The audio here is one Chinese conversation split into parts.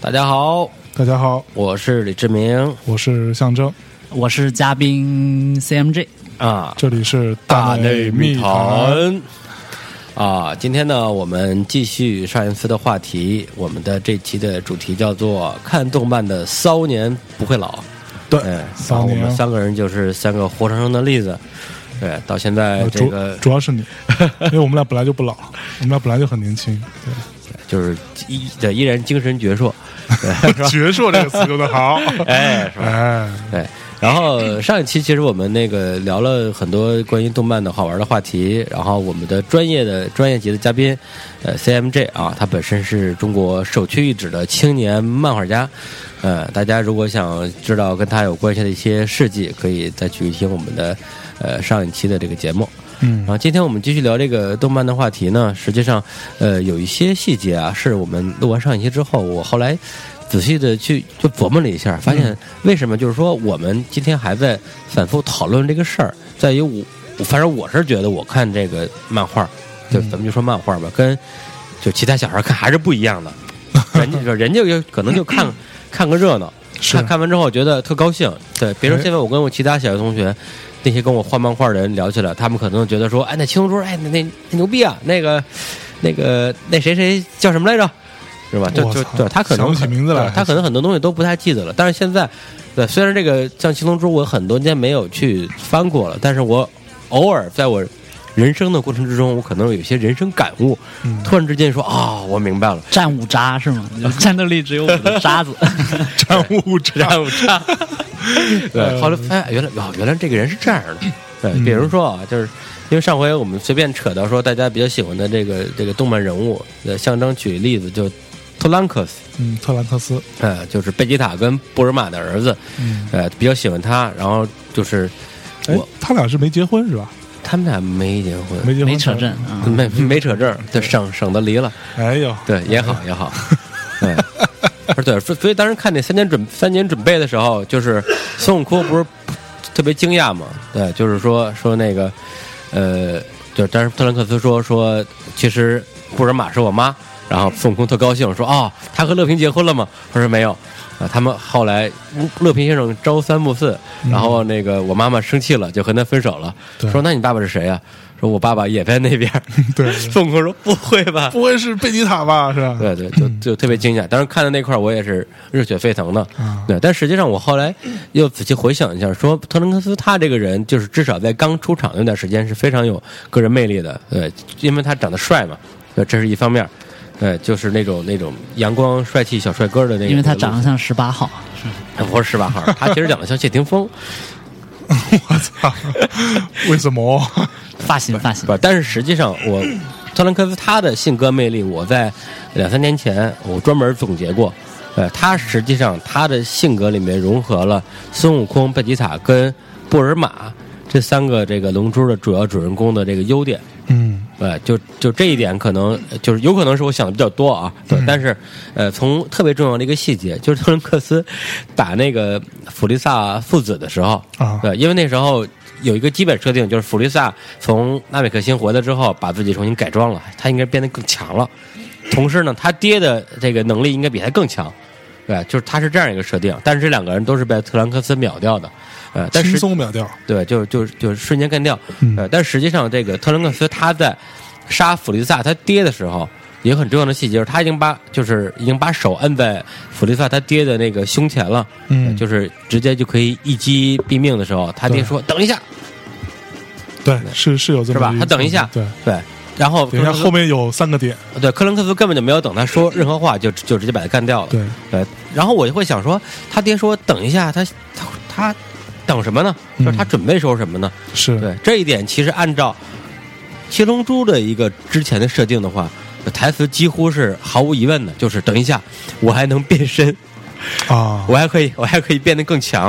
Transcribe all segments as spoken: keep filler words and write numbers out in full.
大家好， 大家好， 我是李志明， 我是象征， 我是嘉宾 C M J 啊， 这里是大内密谈谈啊。今天呢，我们继续上一次的话题，我们的这期的主题叫做看动漫的骚年不会老。 对， 哎， 骚年， 我们三个人就是三个活生生的例子。对，到现在这个、 呃、主, 主要是你，因为我们俩本来就不老，我们俩本来就很年轻，对， 就是依对依然精神矍铄， 矍铄这个词用的好， 哎，是吧？ 哎， 对。然后上一期其实我们那个聊了很多关于动漫的好玩的话题，然后我们的专业的专业级的嘉宾，呃 C M J 啊，他本身是中国首屈一指的青年漫画家，呃，大家如果想知道跟他有关系的一些事迹，可以再去听我们的呃上一期的这个节目。 嗯， 然后今天我们继续聊这个动漫的话题呢，实际上呃有一些细节啊，是我们录完上一期之后，我后来仔细的去就琢磨了一下，发现为什么就是说我们今天还在反复讨论这个事儿，在于我反正我是觉得我看这个漫画，就咱们就说漫画吧，跟就其他小孩看还是不一样的。人家人家就可能就看看个热闹，看看完之后觉得特高兴。对，别说现在我跟我其他小学同学，那些跟我画漫画的人聊起来，他们可能觉得说，哎，那青龙珠，哎，那那那牛逼啊，那个那个那谁谁叫什么来着？是吧？就就对他可能想不起名字来， 他可能很多东西都不太记得了。但是现在，对，虽然这个像《七龙珠》，我很多年没有去翻过了，但是我偶尔在我人生的过程之中，我可能有些人生感悟， 嗯、 突然之间说啊、哦，我明白了， 战五渣是吗？战斗力只有五的渣子， 战五渣， 战五渣。对，后来发现原来哦，原来这个人是这样的。对，比如说啊，就是因为上回我们随便扯到说大家比较喜欢的这个这个动漫人物，呃，象征举例子就。特兰克斯， 嗯，特兰克斯， 呃，就是贝吉塔跟布尔玛的儿子， 嗯， 呃，比较喜欢他，然后就是我， 他俩是没结婚是吧？ 他们俩没结婚， 没结婚， 没扯证，啊、 没没扯证，对，省省得离了， 哎呦， 对，也好也好，对，对，所以当时看那三年准三年准备的时候，就是孙悟空不是特别惊讶嘛，对，就是说说那个，呃，就当时特兰克斯说说，其实布尔玛是我妈。然后孙悟空特高兴说：“哦，他和乐平结婚了吗？”他说：“没有。”啊，他们后来乐平先生朝三暮四，然后那个我妈妈生气了，就和他分手了。说：“那你爸爸是谁呀、啊？”说：“我爸爸也在那边。” 对， 孙悟空说：“不会吧？ 不会是贝吉塔吧？是吧？” 对对，就就特别惊讶。当时看到那块我也是热血沸腾的。对，但实际上我后来又仔细回想一下，说特伦克斯他这个人，就是至少在刚出场那段时间是非常有个人魅力的。对，因为他长得帅嘛，对，这是一方面。对，就是那种那种阳光帅气小帅哥的那个， 因为他长得像十八号， 是不是十八号？他其实长得像谢霆锋。 我操！为什么？ 发型发型不，但是实际上我特兰克斯他的性格魅力，我在两三年前我专门总结过。呃，他实际上他的性格里面融合了孙悟空、贝吉塔跟布尔玛这三个这个龙珠的主要主人公的这个优点。 嗯。 对，就就这一点可能就是有可能是我想的比较多啊，对，嗯、但是，呃，从特别重要的一个细节，就是特伦克斯打那个弗利萨父子的时候啊， 对，因为那时候有一个基本设定，就是弗利萨从纳美克星回来之后，把自己重新改装了，他应该变得更强了，同时呢，他爹的这个能力应该比他更强，对，就是他是这样一个设定，但是这两个人都是被特兰克斯秒掉的。呃，但轻松秒掉， 对，就就就瞬间干掉。 嗯、 呃，但实际上，这个特伦克斯他在杀弗利萨他爹的时候，也很重要的细节，就是他已经把就是已经把手摁在弗利萨他爹的那个胸前了， 嗯、呃， 就是直接就可以一击毙命的时候，他爹说：“等一下。” 对，是是有这么是吧？他等一下， 对对，然后等一下后面有三个点， 对，克伦克斯根本就没有等他说任何话，就就直接把他干掉了。 对对，然后我就会想说，他爹说等一下，他他他。等什么呢？就是他准备说什么呢？ 嗯、是对这一点，其实按照七龙珠的一个之前的设定的话，台词几乎是毫无疑问的，就是等一下，我还能变身啊， 我还可以，我还可以变得更强。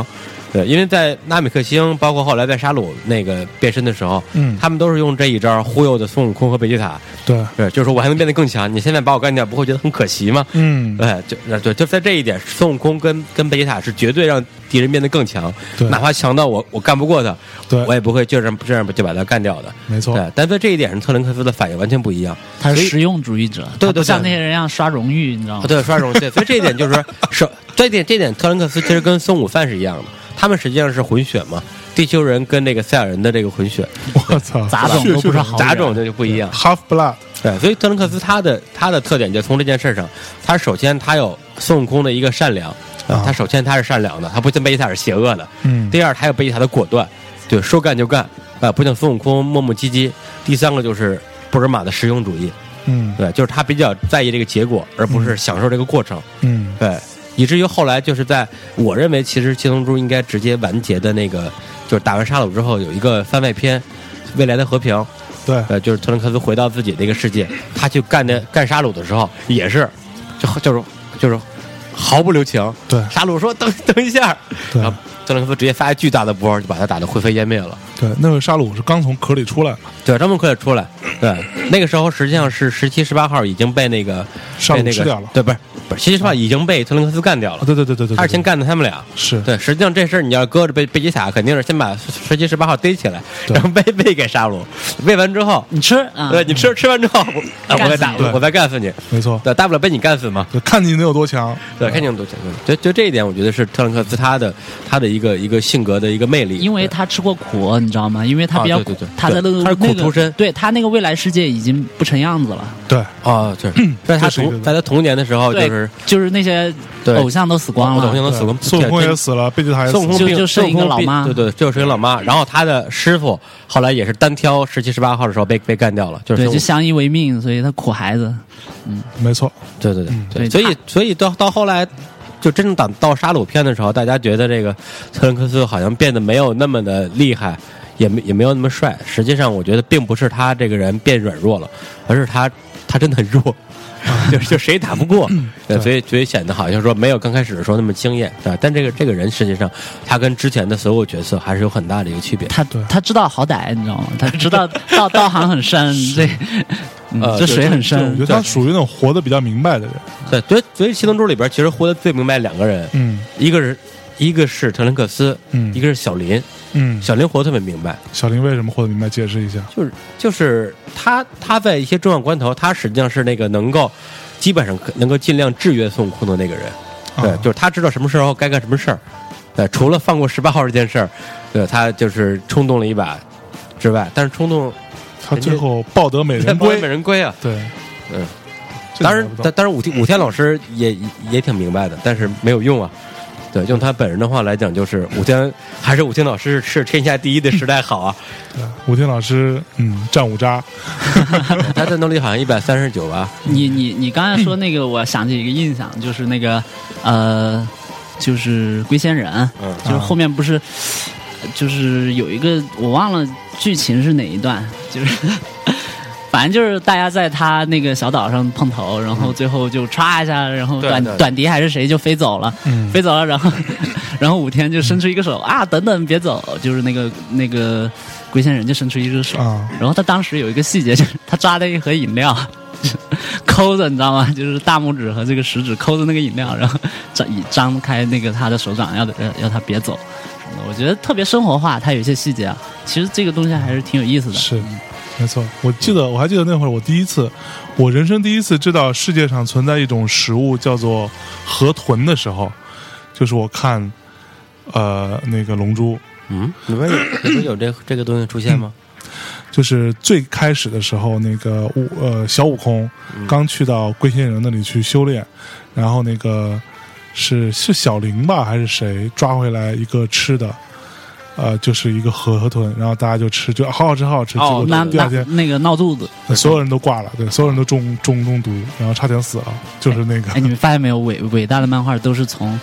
对，因为在纳米克星，包括后来在沙鲁那个变身的时候， 嗯， 他们都是用这一招忽悠的孙悟空和贝吉塔。 对， 对，就是说我还能变得更强，你现在把我干掉，不会觉得很可惜吗？ 嗯， 对，就对，就在这一点，孙悟空跟跟贝吉塔是绝对让敌人变得更强， 对， 哪怕强到我我干不过他， 对， 我也不会就这样这样就把他干掉的。 没错， 对，但在这一点上，特伦克斯的反应完全不一样， 他是实用主义者， 对对对， 不像那些人一样刷荣誉，你知道吗？ 对，刷荣誉。对，所以这一点就是说，是这一点这一点，特伦克斯其实跟孙悟饭是一样的，他们实际上是混血嘛，地球人跟那个赛亚人的这个混血， 我操， 杂种都不是好人， 杂种这就不一样 ，half blood。 对，所以特伦克斯他的他的特点就从这件事上，他首先他有孙悟空的一个善良，啊，他首先他是善良的，他不像贝吉塔是邪恶的， 嗯。 第二，他有贝吉塔的果断，对，说干就干，啊，不像孙悟空磨磨唧唧。第三个就是布尔玛的实用主义， 嗯， 对，就是他比较在意这个结果，而不是享受这个过程， 嗯， 对，以至于后来就是在我认为，其实七龙珠应该直接完结的那个，就是打完沙鲁之后有一个番外篇，未来的和平。 对， 呃，就是特伦克斯回到自己那个世界，他去干的干沙鲁的时候，也是，就就是就是毫不留情。 对， 沙鲁说等等一下， 对， 然后特伦克斯直接发一巨大的波，就把他打得灰飞烟灭了。 对，那个沙鲁是刚从壳里出来， 对，刚从壳里出来。对，那个时候实际上是十七、十八号已经被那个沙鲁被那个吃掉了。 对，不是不是，十七、十八已经被特伦克斯干掉了。 对对对对对， 他是先干的他们俩。 是对，实际上这事儿你要搁着贝贝吉塔，肯定是先把十七、十八号逮起来，然后喂喂给沙鲁，喂完之后你吃啊， 对，你吃吃完之后，我我再打，我再干死你。 没错， 对，大不了被你干死嘛。 对，看你能有多强。 对，看你有多强。就就这一点，我觉得是特伦克斯他的他的一个一个性格的一个魅力。 因为他吃过苦，你知道吗？因为他比较苦，他的那个他是苦出身， 对他那个未来世界已经不成样子了。 对， 哦，对，在他童在他童年的时候，就是就是那些偶像都死光了， 偶像都死光， 孙悟空也死了，贝吉塔也死了， 就就剩一个老妈。 对对，就是一个老妈。然后他的师傅后来也是单挑十七、十八号的时候被被干掉了，就是对，就相依为命，所以他苦孩子。嗯， 没错， 对对对对，所以所以到到后来。就真正打到沙鲁片的时候，大家觉得这个特伦克斯好像变得没有那么的厉害，也没也没有那么帅。实际上，我觉得并不是他这个人变软弱了，而是他他真的很弱，就就谁打不过，对，所以所以显得好像说没有刚开始的时候那么惊艳，对吧？但这个这个人实际上他跟之前的所有角色还是有很大的一个区别。 他他知道好歹，你知道吗？他知道道道行很深，这。嗯、这水很深， 我觉得他属于那种活得比较明白的人。 对，所以所以七龙珠里边其实活得最明白两个人， 嗯， 一个是一个是特伦克斯， 嗯， 一个是小林， 嗯， 小林活得特别明白。 小林为什么活得明白？解释一下。 就是就是他他在一些重要关头，他实际上是那个能够基本上能够尽量制约孙悟空的那个人。对，啊、就是他知道什么时候该干什么事儿。对，除了放过十八号这件事儿，对他就是冲动了一把之外，但是冲动。 他最后抱得美人归， 美人归啊！ 对， 嗯，当然，当当然，武天武天老师也也挺明白的，但是没有用啊。对，用他本人的话来讲，就是武天还是武天老师是天下第一的时代好啊。 对，武天老师，嗯，战五渣， 他战斗力好像一百三十九吧。 你你你刚才说那个，我想起一个印象，就是那个呃，就是龟仙人， 嗯， 就是后面不是。就是有一个我忘了剧情是哪一段，就是反正就是大家在他那个小岛上碰头，然后最后就歘一下，然后短短笛还是谁就飞走了， 嗯、 飞走了，然后然后武天就伸出一个手啊，等等别走，就是那个那个龟仙人就伸出一只手， 啊、 然后他当时有一个细节，就是他抓了一盒饮料。抠着你知道吗？就是大拇指和这个食指抠着那个饮料，然后张张开那个他的手掌，要要要他别走。我觉得特别生活化，它有一些细节啊，其实这个东西还是挺有意思的。 是，没错。我记得，我还记得那会儿，我第一次，我人生第一次知道世界上存在一种食物叫做河豚的时候，就是我看，呃，那个《龙珠》。 嗯，你们有你们有这这个东西出现吗？ 就是最开始的时候，那个悟呃小悟空刚去到龟仙人那里去修炼，然后那个。是是小林吧还是谁抓回来一个吃的，呃，就是一个河河豚，然后大家就吃，就好好吃好好吃。 哦，那第二天那个闹肚子， 所有人都挂了，对，所有人都中中中毒，然后差点死了，就是那个。 哎，你们发现没有？伟伟大的漫画都是从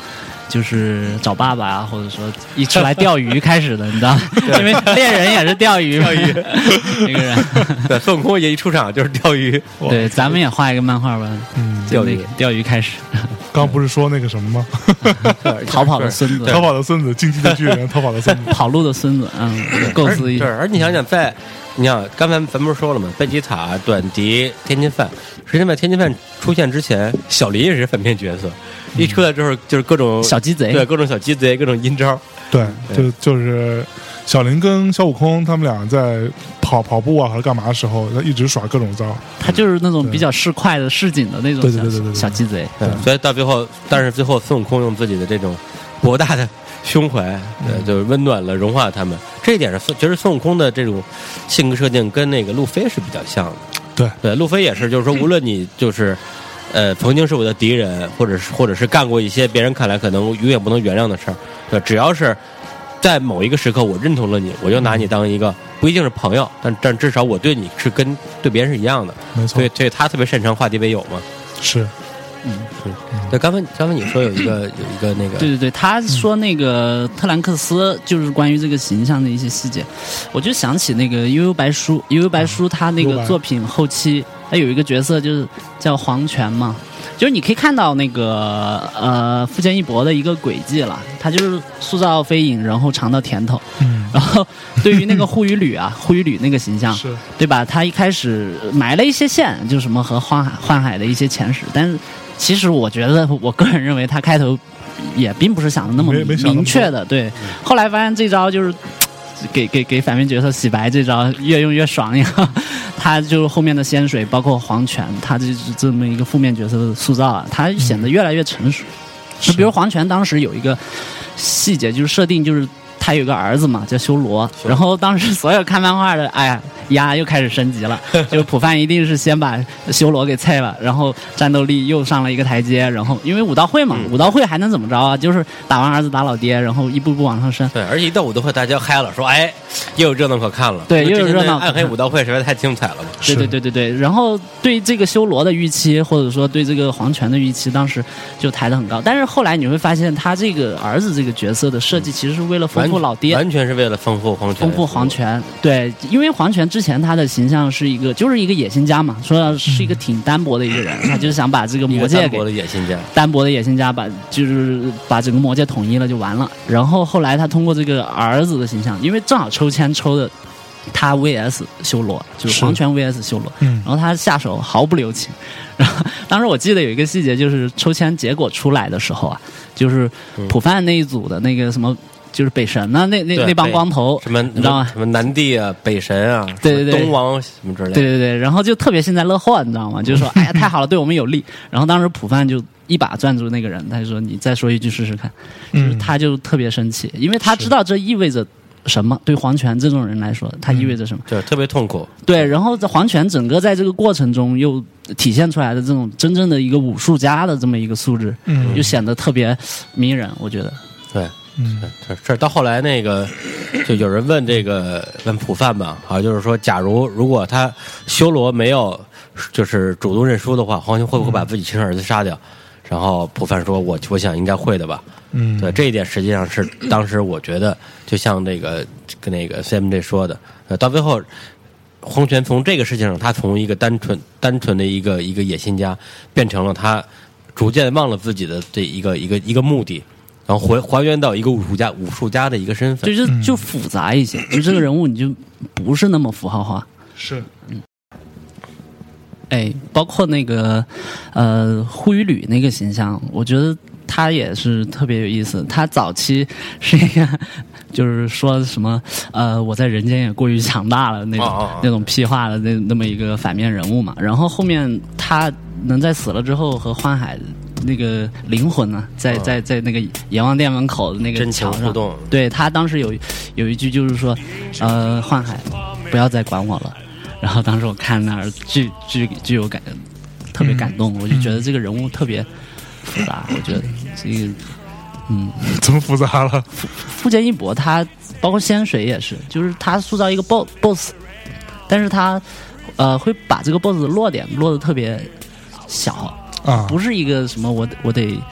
就是找爸爸啊，或者说一出来钓鱼开始的，你知道吗？因为猎人也是钓鱼，钓鱼那个人。 对，孙悟空也一出场就是钓鱼。 对，咱们也画一个漫画吧， 嗯， 钓鱼钓鱼开始。 刚不是说那个什么吗？ 逃跑的孙子， 逃跑的孙子，进击的巨人，逃跑的孙子， 跑路的孙子，嗯，构思一下。 对，而你想想在。你想，刚才咱不是说了吗？贝吉塔、短笛、天津饭，实际上在天津饭出现之前，小林也是反面角色。一出来之后，就是各种小鸡贼， 对，各种小鸡贼，各种阴招。 对，就就是小林跟小悟空他们俩在跑跑步啊，还是干嘛的时候，他一直耍各种招。 他就是那种比较市侩的、市井的那种对对对对对小鸡贼。 对，所以到最后，但是最后孙悟空用自己的这种博大的胸怀，呃，就是温暖了、融化他们。这一点是，其实孙悟空的这种性格设定跟那个路飞是比较像的。 对对，路飞也是，就是说，无论你就是呃曾经是我的敌人，或者是或者是干过一些别人看来可能永远不能原谅的事儿，对，只要是在某一个时刻我认同了你，我就拿你当一个不一定是朋友，但但至少我对你是跟对别人是一样的。 没错， 所以所以他特别擅长化敌为友嘛。 是。 嗯，是。对，刚才刚才你说有一个有一个那个， 对对对，他说那个特兰克斯就是关于这个形象的一些细节，我就想起那个《悠悠白书》，《悠悠白书》他那个作品后期，他有一个角色就是叫黄泉嘛，就是你可以看到那个呃富坚义博的一个轨迹了，他就是塑造飞影，然后尝到甜头， 嗯， 然后对于那个护羽吕啊，护羽吕那个形象， 是对吧？他一开始埋了一些线，就是什么和幻海幻海的一些前史，但是。其实我觉得，我个人认为他开头也并不是想的那么明确的，对。后来发现这招就是给给给反面角色洗白，这招越用越爽呀。他就是后面的仙水，包括黄泉，他就是这么一个负面角色的塑造啊，他显得越来越成熟。就比如黄泉当时有一个细节，就是设定就是。他有个儿子嘛，叫修罗，然后当时所有看漫画的，哎呀，丫又开始升级了，就普范一定是先把修罗给菜了，然后战斗力又上了一个台阶，然后因为武道会嘛，嗯、武道会还能怎么着啊？就是打完儿子打老爹，然后一步步往上升。 对，而且一到武道会，大家嗨了，说哎，又有热闹可看了。 对，又有热闹。 暗黑武道会实在太精彩了嘛。 对对对对对。然后对这个修罗的预期，或者说对这个黄泉的预期，当时就抬得很高。但是后来你会发现，他这个儿子这个角色的设计，其实是为了丰富。老爹完全是为了丰富黄泉， 丰富黄泉。对，因为黄泉之前他的形象是一个，就是一个野心家嘛，说是一个挺单薄的一个人，嗯、他就是想把这个魔界给单薄的野心家， 单薄的野心家把就是把整个魔界统一了就完了。然后后来他通过这个儿子的形象，因为正好抽签抽的他 V S 修罗，就是黄泉 V S 修罗， 嗯， 然后他下手毫不留情。然后当时我记得有一个细节，就是抽签结果出来的时候啊，就是普范那一组的那个什么。就是北神啊，那那那帮光头， 什么你知道吗？ 什么南帝啊，北神啊， 对对对， 东王什么之类的， 对对对，然后就特别幸灾乐祸，你知道吗？就是说，哎呀，太好了，对我们有利。然后当时普范就一把攥住那个人，他就说：“你再说一句试试看。”就是他就特别生气，因为他知道这意味着什么。对黄泉这种人来说，它意味着什么？ 对，特别痛苦。 对，然后在黄泉整个在这个过程中又体现出来的这种真正的一个武术家的这么一个素质，嗯，就显得特别迷人，我觉得。 对。嗯，这这到后来那个，就有人问这个问普范吧，啊，就是说，假如如果他修罗没有就是主动认输的话，黄泉会不会把自己亲生儿子杀掉？然后普范说：“我我想应该会的吧。”嗯，对，这一点实际上是当时我觉得，就像这个跟那个 C M J 说的，呃，到最后，黄泉从这个事情上，他从一个单纯单纯的一个一个野心家，变成了他逐渐忘了自己的这一个一个一个目的。然后还还原到一个武术家武术家的一个身份， 就是就复杂一些，就这个人物你就不是那么符号化。 是， 嗯，哎，包括那个呃护羽吕那个形象，我觉得他也是特别有意思。他早期是一个就是说什么呃我在人间也过于强大了那种、哦、那种屁话的那那么一个反面人物嘛。然后后面他能在死了之后和幻海。那个灵魂呢、啊，在在在那个阎王殿门口的那个桥上，对他当时有有一句就是说，呃，幻海，不要再管我了。然后当时我看那儿巨巨巨有感，特别感动，嗯、我就觉得这个人物特别复杂。我觉得这个，嗯， 怎么复杂了？ 富富坚义博他包括仙水也是，就是他塑造一个 boss， 但是他呃会把这个 boss 的落点落得特别小。 啊， 不是一个什么我我得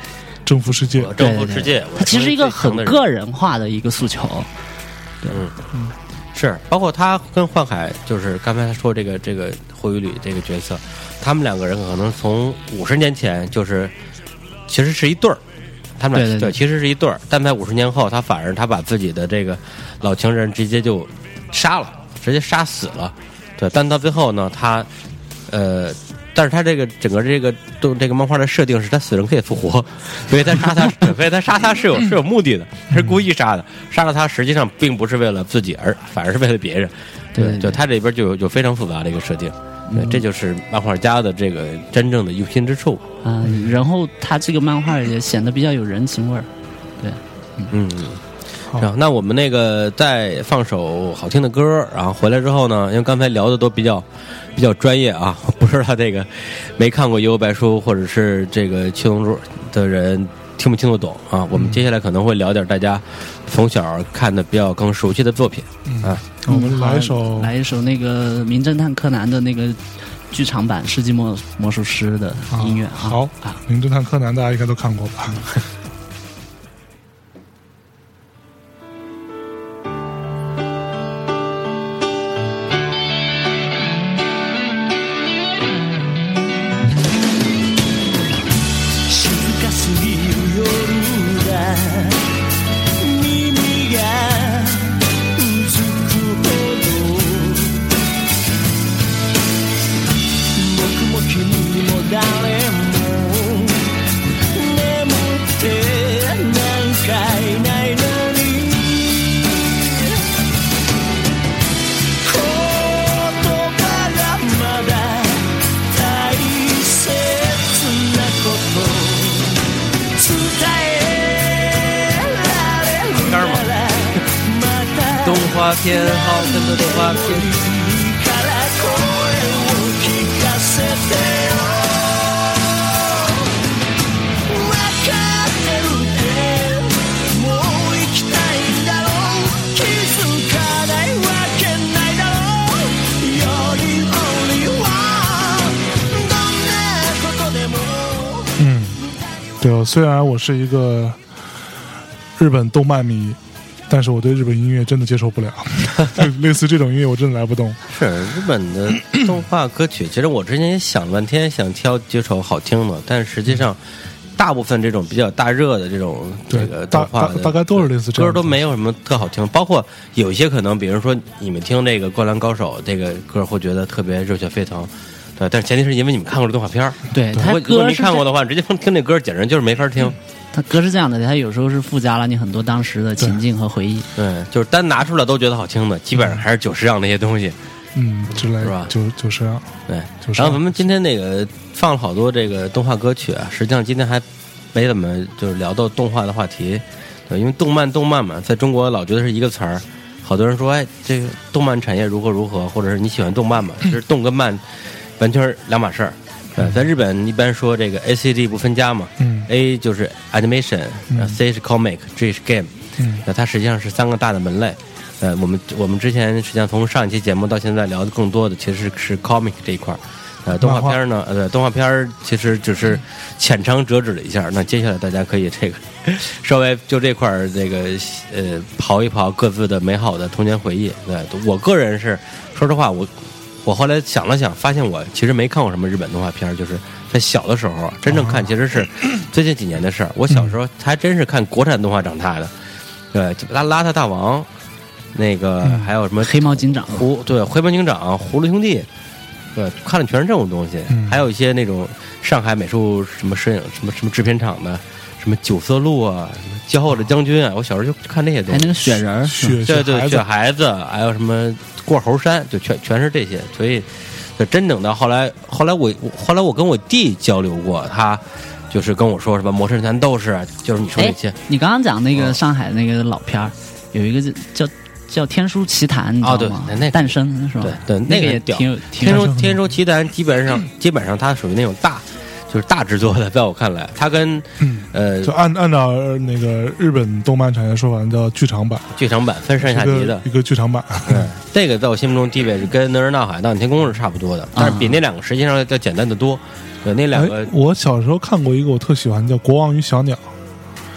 征服世界， 我征服世界。 它其实一个很个人化的一个诉求。对， 嗯嗯，是包括他跟幻海，就是刚才他说这个这个霍雨里这个角色，他们两个人可能从五十年前就是其实是一对儿。他们俩 对, 对, 对其实是一对儿，但在五十年后，他反而他把自己的这个老情人直接就杀了，直接杀死了。对，但到最后呢，他呃，但是他这个整个这个都这个漫画的设定是他死人可以复活，所以他杀他，所以他杀他是有是有目的的，是故意杀的，杀了他实际上并不是为了自己，而反而是为了别人。 对，对就他这边就有有非常复杂的一个设定。对，这就是漫画家的这个真正的用心之处啊、嗯。然后他这个漫画也显得比较有人情味儿。对， 嗯，好，那我们那个再放首好听的歌，然后回来之后呢，因为刚才聊的都比较比较专业啊，不知道这个没看过《幽游白书》或者是这个《七龙珠》的人听不听得懂啊？我们接下来可能会聊点大家从小看的比较更熟悉的作品啊。 我们来一首， 来一首那个《名侦探柯南》的那个剧场版《世纪魔魔术师》的音乐啊。 好啊，《名侦探柯南》大家应该都看过吧？ 动画片，好看的动画片。 嗯，对，虽然我是一个日本动漫迷，但是我对日本音乐真的接受不了，类似这种音乐我真的来不动。 是日本的动画歌曲，其实我之前也想了半天，想挑几首好听的，但是实际上大部分这种比较大热的这种这个动画的大大概都是类似这样歌，都没有什么特好听。包括有一些可能，比如说你们听这个《灌篮高手》这个歌，会觉得特别热血沸腾。对，但是前提是因为你们看过这动画片儿。 对，他如果没看过的话，直接听这歌，简直就是没法听。 他歌是这样的，他有时候是附加了你很多当时的情境和回忆。 对，就是单拿出来都觉得好听的，基本上还是久石让那些东西， 嗯，之类是吧？ 久久石让。 对，然后咱们今天那个放了好多这个动画歌曲啊，实际上今天还没怎么就是聊到动画的话题。对，因为动漫动漫嘛，在中国老觉得是一个词儿，好多人说，哎，这个动漫产业如何如何，或者是你喜欢动漫嘛？其实动跟漫完全是两码事儿。对，在日本一般说这个 A C G 不分家嘛，嗯 ，A 就是 animation，C、嗯、是 comic，G 是 game，嗯，那它实际上是三个大的门类。呃，我们我们之前实际上从上一期节目到现在聊的更多的其实是是 comic 这一块儿。呃，动画片呢，呃，动画片其实只是浅尝辄止了一下。那接下来大家可以这个稍微就这块儿这个呃刨一刨各自的美好的童年回忆。对，我个人是说实话，我我后来想了想，发现我其实没看过什么日本动画片，就是在小的时候真正看其实是最近几年的事儿。我小时候还真是看国产动画长大的，对，邋邋遢大王，那个还有什么黑猫警长， 葫对黑猫警长、葫芦兄弟。对，看的全是这种东西，嗯、还有一些那种上海美术什么摄影、什么什么制片厂的，什么九色鹿啊，什么骄傲的将军啊，我小时候就看这些东西。 还那个雪人， 雪对对，雪孩子，还有什么过猴山，就全全是这些。所以，就真等到后来，后来我后来我跟我弟交流过，他就是跟我说什么魔神坛斗士，就是你说那些。 你刚刚讲那个上海那个老片儿，有一个叫。叫《天书奇谭》，你知道吗？ 哦，对，那诞生是吧？ 对对， 那个也挺有。 天书天书奇谭基本上基本上它属于那种大，就是大制作的，在我看来，它跟、 嗯、 呃， 就按按照那个日本动漫产业说法叫剧场版， 剧场版分上下集的一个剧场版。 对，这个在我心目中地位是跟《哪吒闹海》《大闹天宫》是差不多的，但是比那两个实际上要简单的多。对，那两个、 哎、我小时候看过一个我特喜欢叫《国王与小鸟》。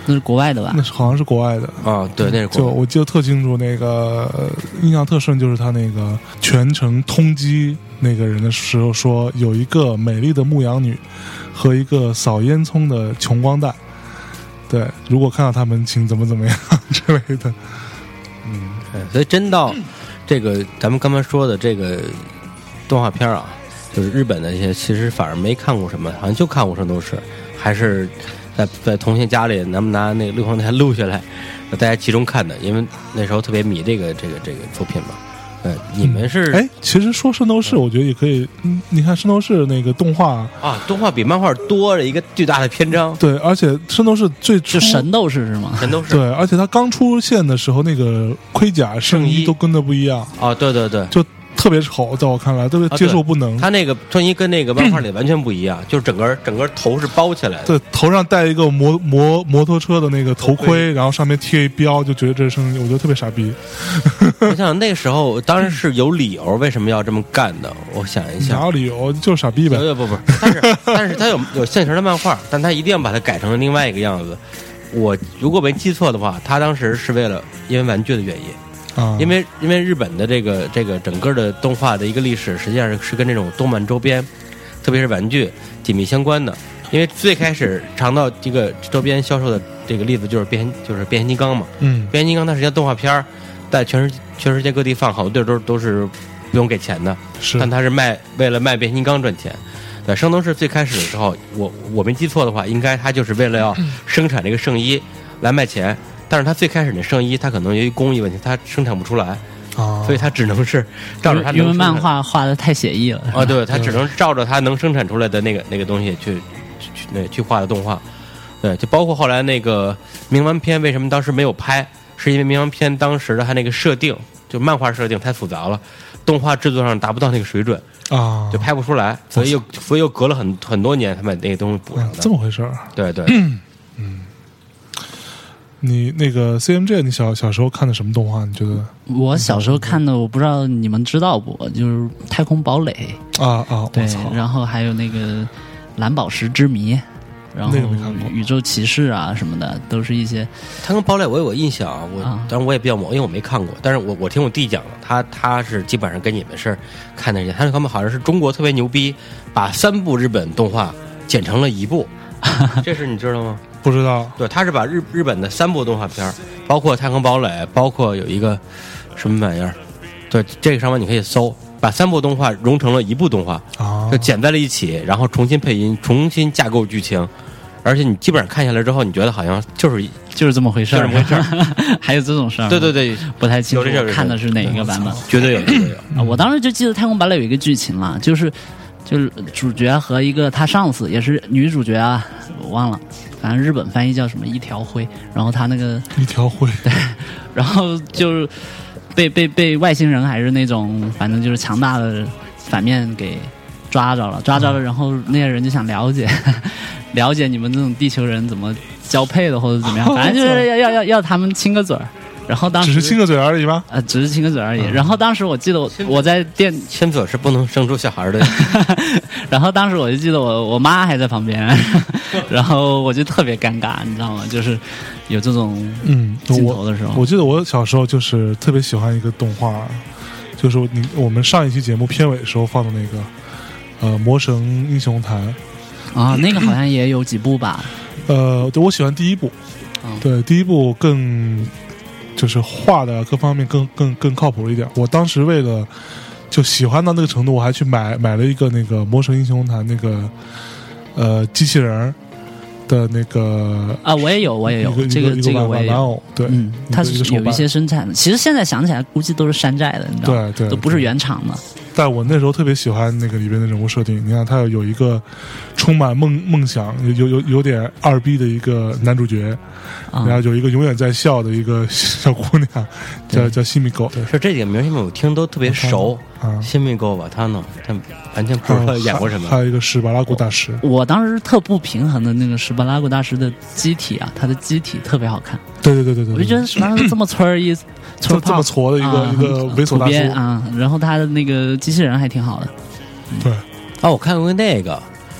那是国外的吧？ 那是好像是国外的啊，对，那是就我记得特清楚，那个、呃、印象特深，就是他那个全程通缉那个人的时候说，有一个美丽的牧羊女和一个扫烟囱的穷光蛋。对，如果看到他们，请怎么怎么样之类的。 嗯，对，所以真到这个咱们刚才说的这个动画片啊，就是日本的一些，其实反而没看过什么，好像就看过《圣斗士》，还是在在同学家里咱们拿那个录像带录下来，大家集中看的，因为那时候特别迷这个这个这个作品嘛。对，你们是哎、嗯，其实说《圣斗士》，我觉得也可以。嗯，你看《圣斗士》那个动画啊，动画比漫画多了一个巨大的篇章。 对，而且《圣斗士》最初是神斗士是吗？ 神斗士。 对，而且他刚出现的时候，那个盔甲、圣衣都跟的不一样。 啊，对对对， 就特别丑，在我看来，特别接受不能。 啊、他那个圣衣跟那个漫画里完全不一样，就是整个整个头是包起来的。 对，头上戴一个摩摩摩托车的那个头盔，然后上面贴一标，就觉得这是圣衣，我觉得特别傻逼。 我想那时候当然是有理由为什么要这么干的。我想一下， 哪有理由？就是傻逼呗。 不不不，但是但是他有有现成的漫画，但他一定要把它改成另外一个样子。我如果没记错的话，他当时是为了因为玩具的原因。 啊， 因为因为日本的这个这个整个的动画的一个历史，实际上是是跟这种动漫周边，特别是玩具紧密相关的。因为最开始尝到这个周边销售的这个例子就是变就是变形金刚嘛， 嗯， 变形金刚它实际上动画片在全世全世界各地放，好多地儿都都是不用给钱的， 是， 但它是卖为了卖变形金刚赚钱。对，圣斗士最开始的时候，我我没记错的话，应该它就是为了要生产这个圣衣来卖钱。但是他最开始那圣衣，他可能由于工艺问题，他生产不出来， 啊， 所以他只能是照着他因为漫画画的太写意了啊，对，他只能照着他能生产出来的那个那个东西去去去那去画的动画，对，就包括后来那个冥王篇为什么当时没有拍，是因为冥王篇当时的他那个设定，就漫画设定太复杂了，动画制作上达不到那个水准啊， 就拍不出来，所以又所以又隔了很很多年才把那个东西补上的， 啊，这么回事儿， 对对， 嗯。你那个 C M J， 你小小时候看的什么动画？你觉得？ 我小时候看的，我不知道你们知道不？就是《太空堡垒》 啊啊， 对，然后还有那个《蓝宝石之谜》，然后《宇宙骑士》啊什么的，都是一些。 太空堡垒我有个印象啊，我啊当然我也比较懵，因为我没看过，但是我我听我弟讲了，他他是基本上跟你们是看的，他他们好像是中国特别牛逼，把三部日本动画剪成了一部，这是你知道吗？ 不知道， 对，他是把日日本的三部动画片，包括《太空堡垒》，包括有一个什么玩意儿，对，这个上面你可以搜，把三部动画融成了一部动画， 啊， 就剪在了一起，然后重新配音，重新架构剧情，而且你基本上看下来之后，你觉得好像就是就是这么回事儿， 就这么回事儿， 还有这种事儿？ 对对对， 不太清楚， 有这有看的是哪一个版本？ 绝对有，绝对有。 啊，我当时就记得《太空堡垒》有一个剧情啦，就是就是主角和一个他上司，也是女主角啊，我忘了。反正日本翻译叫什么一条灰，然后他那个一条灰， 对，然后就是被被被外星人还是那种反正就是强大的反面给抓着了，抓着了，然后那些人就想了解了解你们这种地球人怎么交配的或者怎么样，反正就是要要要要他们亲个嘴儿。然后当时只是亲个嘴而已吗？ 呃，只是亲个嘴而已。嗯、然后当时我记得我我在店亲嘴是不能生出小孩的。 然后当时我就记得我我妈还在旁边，然后我就特别尴尬，你知道吗？就是有这种嗯镜头的时候、 嗯我。我记得我小时候就是特别喜欢一个动画，就是你我们上一期节目片尾的时候放的那个呃《魔神英雄坛》 啊，那个好像也有几部吧。 呃，对，我喜欢第一部， 嗯、 对，第一部更。就是画的各方面更更更靠谱一点。我当时为了就喜欢到那个程度，我还去买买了一个那个《魔神英雄坛》那个呃机器人的那个啊，我也有，我也有这个这个我也有。 对， 嗯，它是有一些生产的。其实现在想起来，估计都是山寨的，你知道吗？ 对对， 都不是原厂的。 但我那时候特别喜欢那个里边的人物设定。你看，他有一个充满梦梦想、有有有点二逼的一个男主角。 嗯、 然后有一个永远在笑的一个小姑娘，叫叫西米狗。 是这几个名儿，我听都特别熟。 啊， 西米狗瓦塔诺，他完全不知道演过什么。 还有一个史巴拉古大师。 我, 我当时特不平衡的那个史巴拉古大师的机体啊，他的机体特别好看。 对对对对对， 我就觉得史巴拉这么村儿一村这么矬的一个、啊、一个猥琐大叔啊，然后他的那个机器人还挺好的。 对。 哦，我看过那个。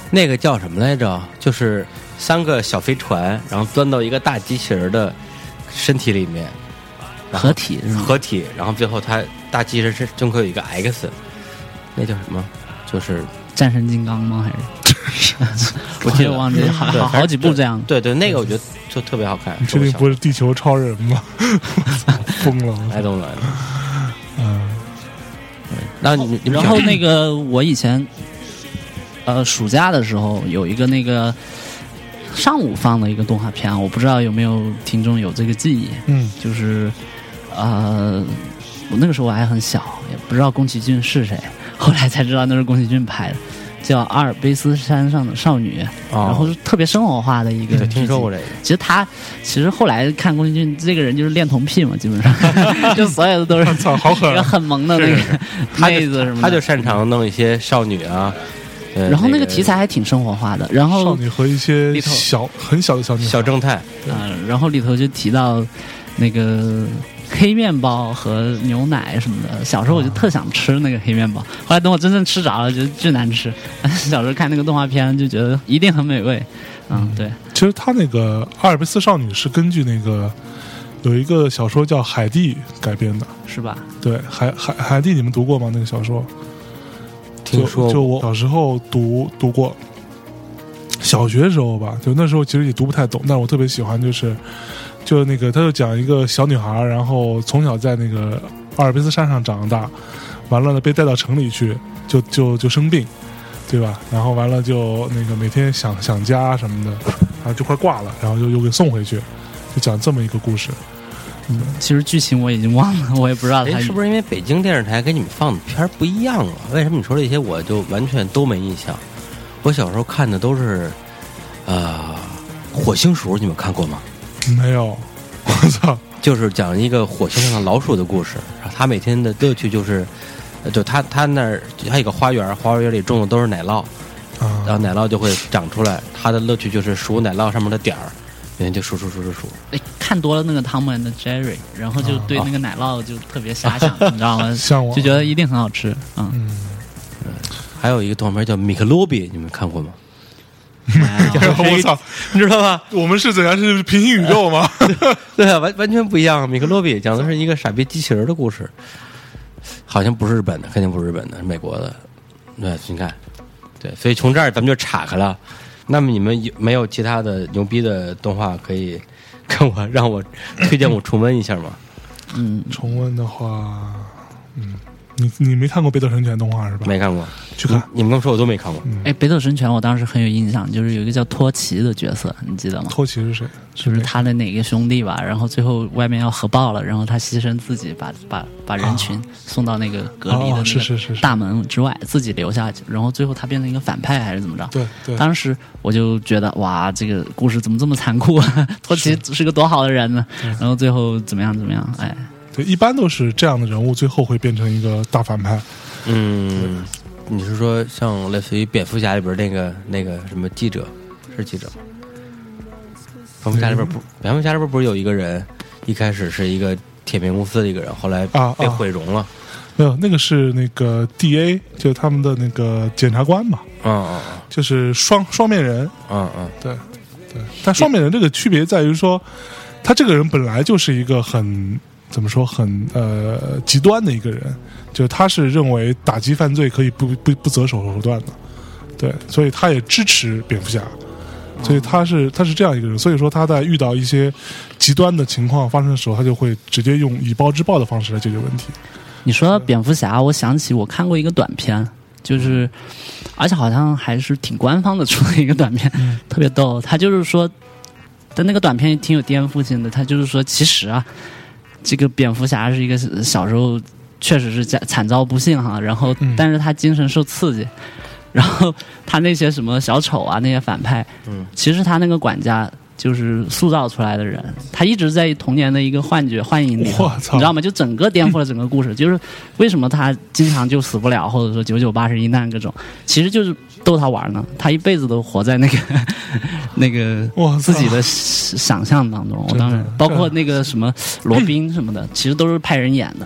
那个叫什么来着？就是三个小飞船，然后钻到一个大机器人的身体里面，然后合体是吗？ 合体，然后最后它大机器人是中间有一个 X， 那叫什么？就是战神金刚吗？还是我记得忘记好好好几部这样。 对对，那个我觉得就特别好看。 你确定不是地球超人吗？疯了 ！I don't know。 嗯， 然后你， 然后那个我以前，呃，暑假的时候有一个那个上午放的一个动画片，我不知道有没有听众有这个记忆。 嗯， 就是呃，我那个时候我还很小，也不知道宫崎骏是谁，后来才知道那是宫崎骏拍的。叫阿尔卑斯山上的少女， 哦、 然后是特别生活化的一个。 听说过这个。 其实他，其实后来看宫崎骏这个人就是恋童癖嘛，基本上就所有的都是操，好狠、 啊，很萌的那个妹子什么的。 他就擅长弄一些少女啊。 然后那个题材还挺生活化的，然后少女和一些小很小的小女孩小正太啊、呃，然后里头就提到那个。黑面包和牛奶什么的，小时候我就特想吃那个黑面包，后来等我真正吃着了，觉得巨难吃。小时候看那个动画片就觉得一定很美味，嗯，对。 其实他那个阿尔卑斯少女是根据那个有一个小说叫《海蒂》改编的， 是吧？ 对，海海海蒂你们读过吗？那个小说？ 听说就就我小时候读读过，小学时候吧，就那时候其实也读不太懂，但是我特别喜欢就是。就那个，他就讲一个小女孩，然后从小在那个阿尔卑斯山上长大，完了呢被带到城里去，就就就生病，对吧？然后完了就那个每天想想家什么的，然后就快挂了，然后又又给送回去，就讲这么一个故事。 嗯，其实剧情我已经忘了，我也不知道它是不是因为北京电视台给你们放的片儿不一样啊？为什么你说这些我就完全都没印象？我小时候看的都是呃火星鼠，你们看过吗？ 没有，我操！ 就是讲一个火星上的老鼠的故事。然后他每天的乐趣就是，就他他那儿还有一个花园，花园里种的都是奶酪， 啊、 然后奶酪就会长出来。他的乐趣就是数奶酪上面的点儿，每天就数数数数数。 哎，看多了那个汤姆 and Jerry， 然后就对那个奶酪就特别遐想， 啊、 你知道吗？ 向往， 就觉得一定很好吃。嗯， 嗯还有一个动画片叫米克罗比，你们看过吗？ 我操， 你知道吗？ 我们是怎样是平行宇宙吗？ 对啊，完完全不一样。米克罗比讲的是一个傻逼机器人的故事，好像不是日本的，肯定不是日本的，是美国的。对，你看，对，所以从这儿咱们就岔开了。那么你们有没有其他的牛逼的动画可以跟我让我推荐我重温一下吗？ 嗯， 重温的话，嗯。你你没看过《北斗神拳》动画是吧？ 没看过， 去看。 你们刚说我都没看过。 哎、嗯，《北斗神拳》我当时很有印象，就是有一个叫托奇的角色，你记得吗？ 托奇是谁？ 就是他的哪个兄弟吧？然后最后外面要核爆了，然后他牺牲自己把，把把把人群送到那个隔离的那个大门之外，自己留下去。然后最后他变成一个反派还是怎么着？ 对对。 当时我就觉得哇，这个故事怎么这么残酷啊？托奇是个多好的人呢。然后最后怎么样怎么样？哎。 对，一般都是这样的人物，最后会变成一个大反派。 嗯，你是说像类似于蝙蝠侠里边那个那个什么记者，是记者吗？蝙蝠侠里边不，蝙蝠侠里边不是有一个人，一开始是一个铁面公司的一个人，后来被毁容了。 没有，那个是那个 D A， 就是他们的那个检察官嘛。 嗯嗯嗯， 就是双双面人。 嗯嗯， 对对。但双面人这个区别在于说，他这个人本来就是一个很。怎么说很呃极端的一个人，就是他是认为打击犯罪可以不不不择手手段的，对，所以他也支持蝙蝠侠，所以他是他是这样一个人，所以说他在遇到一些极端的情况发生的时候，他就会直接用以暴制暴的方式来解决问题。 你说到蝙蝠侠，我想起我看过一个短片，就是而且好像还是挺官方的出的一个短片， 嗯、 特别逗。他就是说，但那个短片挺有颠覆性的，他就是说其实啊。这个蝙蝠侠是一个小时候确实是惨遭不幸哈，然后但是他精神受刺激，然后他那些什么小丑啊那些反派， 嗯， 其实他那个管家就是塑造出来的人，他一直在童年的一个幻觉幻影里头，你知道吗？就整个颠覆了整个故事，就是为什么他经常就死不了，或者说九九八十一难各种，其实就是逗他玩呢。他一辈子都活在那个那个自己的想象当中。我当然包括那个什么罗宾什么的，其实都是派人演的。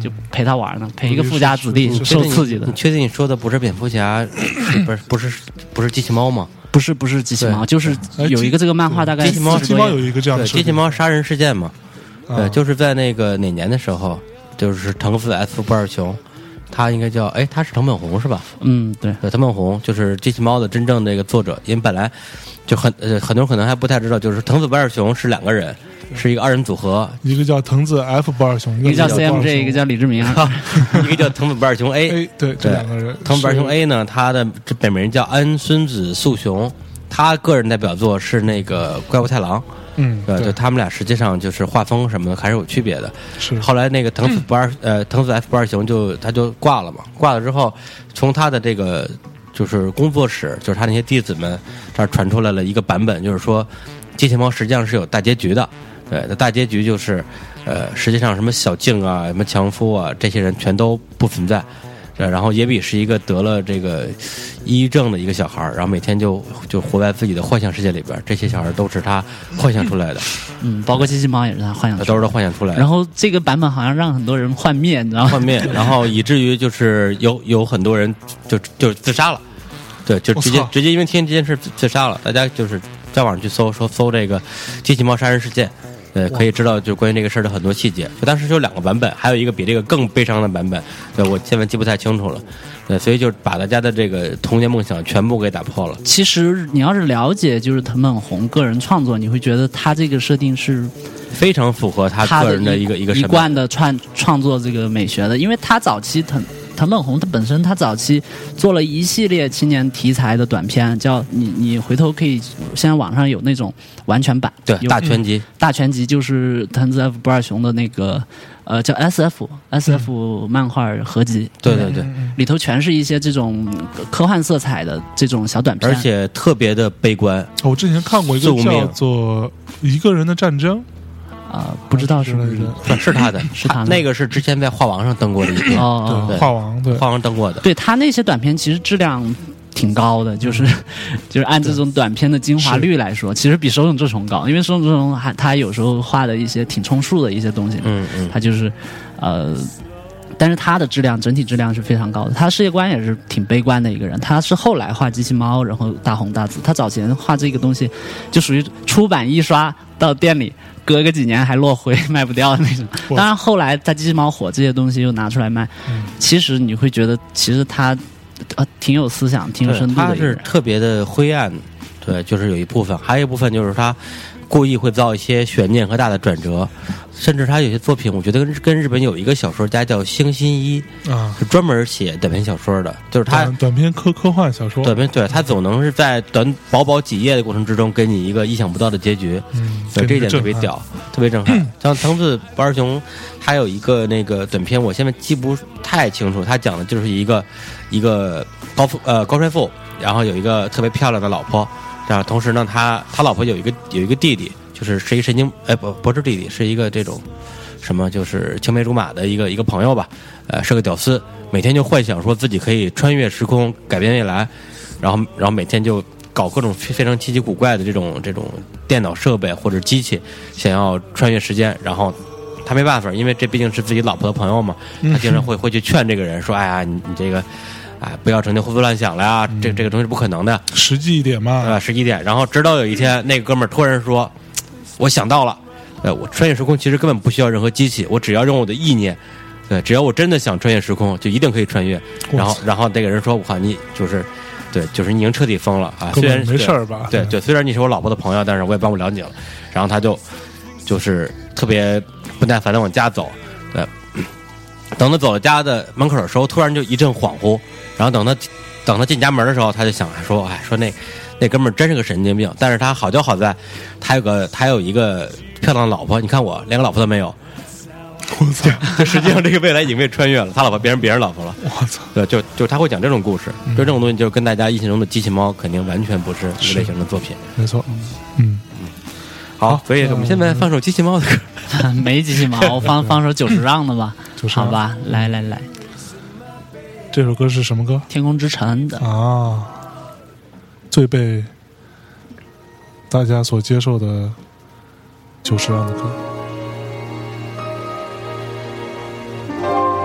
就陪他玩呢，陪一个富家子弟是是受刺激的你。确定你说的不是蝙蝠侠，不是不是不是机器猫吗？ 不是不是机器猫，就是有一个这个漫画，大概机器猫机器猫有一个这样的对，机器猫杀人事件嘛， 啊对，就是在那个哪年的时候，就是藤子 F 不二雄，他应该叫哎，他是藤本弘是吧？ 嗯，对， 对，藤本弘就是机器猫的真正的一个作者，因为本来就很呃很多人可能还不太知道，就是藤子不二雄是两个人，是一个二人组合， 一个叫藤子 F 不二雄， 一个叫叫 C M J， 一个叫李志明。 一个叫藤子不二雄 A， A， 对，这两个人， 藤子不二雄是 A 呢，他的这本名叫安孙子素雄，他个人代表作是那个怪物太郎。 嗯， 对， 对就他们俩实际上就是画风什么的还是有区别的。 是后来那个藤子不二、呃藤子 F 不二雄就他就挂了嘛，挂了之后，从他的这个就是工作室，就是他那些弟子们这儿传出来了一个版本，就是说机器猫实际上是有大结局的。对，那大结局就是呃实际上什么小静啊、什么强夫啊这些人全都不存在。对，然后野比是一个得了这个抑郁症的一个小孩，然后每天就就活在自己的幻想世界里边，这些小孩都是他幻想出来的， 嗯，包括机器猫也是他幻想出来的， 都是他幻想出来的。 然后这个版本好像让很多人幻灭，你知道吗？ 幻灭，然后以至于就是有有很多人就就自杀了，对，就直接我操直接因为听见这件事自杀了。大家就是在网上去搜说搜这个机器猫杀人事件。对，可以知道就关于这个事儿的很多细节。就当时就有两个版本，还有一个比这个更悲伤的版本。对，我现在记不太清楚了。对，所以就把大家的这个童年梦想全部给打破了。 其实你要是了解就是藤本弘个人创作，你会觉得他这个设定是非常符合他他个人的一个一个一审美。 贯的创创作这个美学的，因为他早期藤藤本弘他本身他早期做了一系列青年题材的短片，叫你你回头可以现在网上有那种完全版， 对， 有大全集， 大全集就是藤子 F 不二雄的那个呃叫 S F S F 漫画合集， 对对对， 里头全是一些这种科幻色彩的这种小短片， 而且特别的悲观。 我之前看过一个叫宿命做《一个人的战争》， 啊、不知道是不是是是他的， 是他的那个是之前在画王上登过的一篇， 哦对， 对画王，对， 画王登过的。 对他那些短片其实质量挺高的，就是就是按这种短片的精华率来说，其实比手冢治虫高，因为手冢治虫还他有时候画的一些挺充数的一些东西， 嗯嗯， 他就是呃。但是他的质量整体质量是非常高的，他世界观也是挺悲观的一个人。他是后来画机器猫，然后大红大紫。他早前画这个东西，就属于出版一刷到店里，隔个几年还落灰卖不掉的那种。当然后来在机器猫火，这些东西又拿出来卖， 嗯、 其实你会觉得，其实他呃挺有思想、挺有深度的一个人。 他是特别的灰暗，对，就是有一部分，还有一部分就是他故意会造一些悬念和大的转折。甚至他有些作品，我觉得跟跟日本有一个小说家叫星新一啊， 是专门写短篇小说的，就是他短短篇科科幻小说， 短篇对他总能是在短薄薄几页的过程之中给你一个意想不到的结局， 嗯， 对，这一点特别屌，特别震撼。像藤子不二雄，他有一个那个短片，我现在记不太清楚，他讲的就是一个一个高富呃高帅富，然后有一个特别漂亮的老婆，然后同时呢，他他老婆有一个有一个弟弟。就是是一个神经，哎不不是弟弟，是一个这种什么，就是青梅竹马的一个一个朋友吧，呃是个屌丝，每天就幻想说自己可以穿越时空改变未来，然后然后每天就搞各种非常奇奇古怪的这种这种电脑设备或者机器，想要穿越时间，然后他没办法，因为这毕竟是自己老婆的朋友嘛，他经常会会去劝这个人说，哎呀你你这个。哎，不要整天胡思乱想了呀！这这个东西是不可能的， 实际一点嘛， 啊，实际一点。然后直到有一天，那个哥们儿突然说。我想到了，呃，我穿越时空其实根本不需要任何机器，我只要用我的意念，对，只要我真的想穿越时空，就一定可以穿越。然后，然后那个人说：“我靠，你就是，对，就是你已经彻底疯了啊！虽然没事儿吧？ 对对，虽然你是我老婆的朋友，但是我也帮不了你了。”然后他就就是特别不耐烦的往家走，对，等他走到家的门口的时候，突然就一阵恍惚，然后等他等他进家门的时候，他就想说：“哎，说那。”那哥们儿真是个神经病，但是他好就好在，他有个他有一个漂亮的老婆，你看我连个老婆都没有， 我操！ 就实际上这个未来已经被穿越了，他老婆变成别人老婆了， 我操！ 对，就就他会讲这种故事， 嗯、 就这种东西，就跟大家印象中的机器猫肯定完全不是一个类型的作品， 没错，嗯， 好，所以我们现在放首机器猫的歌， 没机器猫，放放首久石让的吧，好吧，来来来， 这首歌是什么歌？ 天空之城的啊。最被大家所接受的久石让的歌。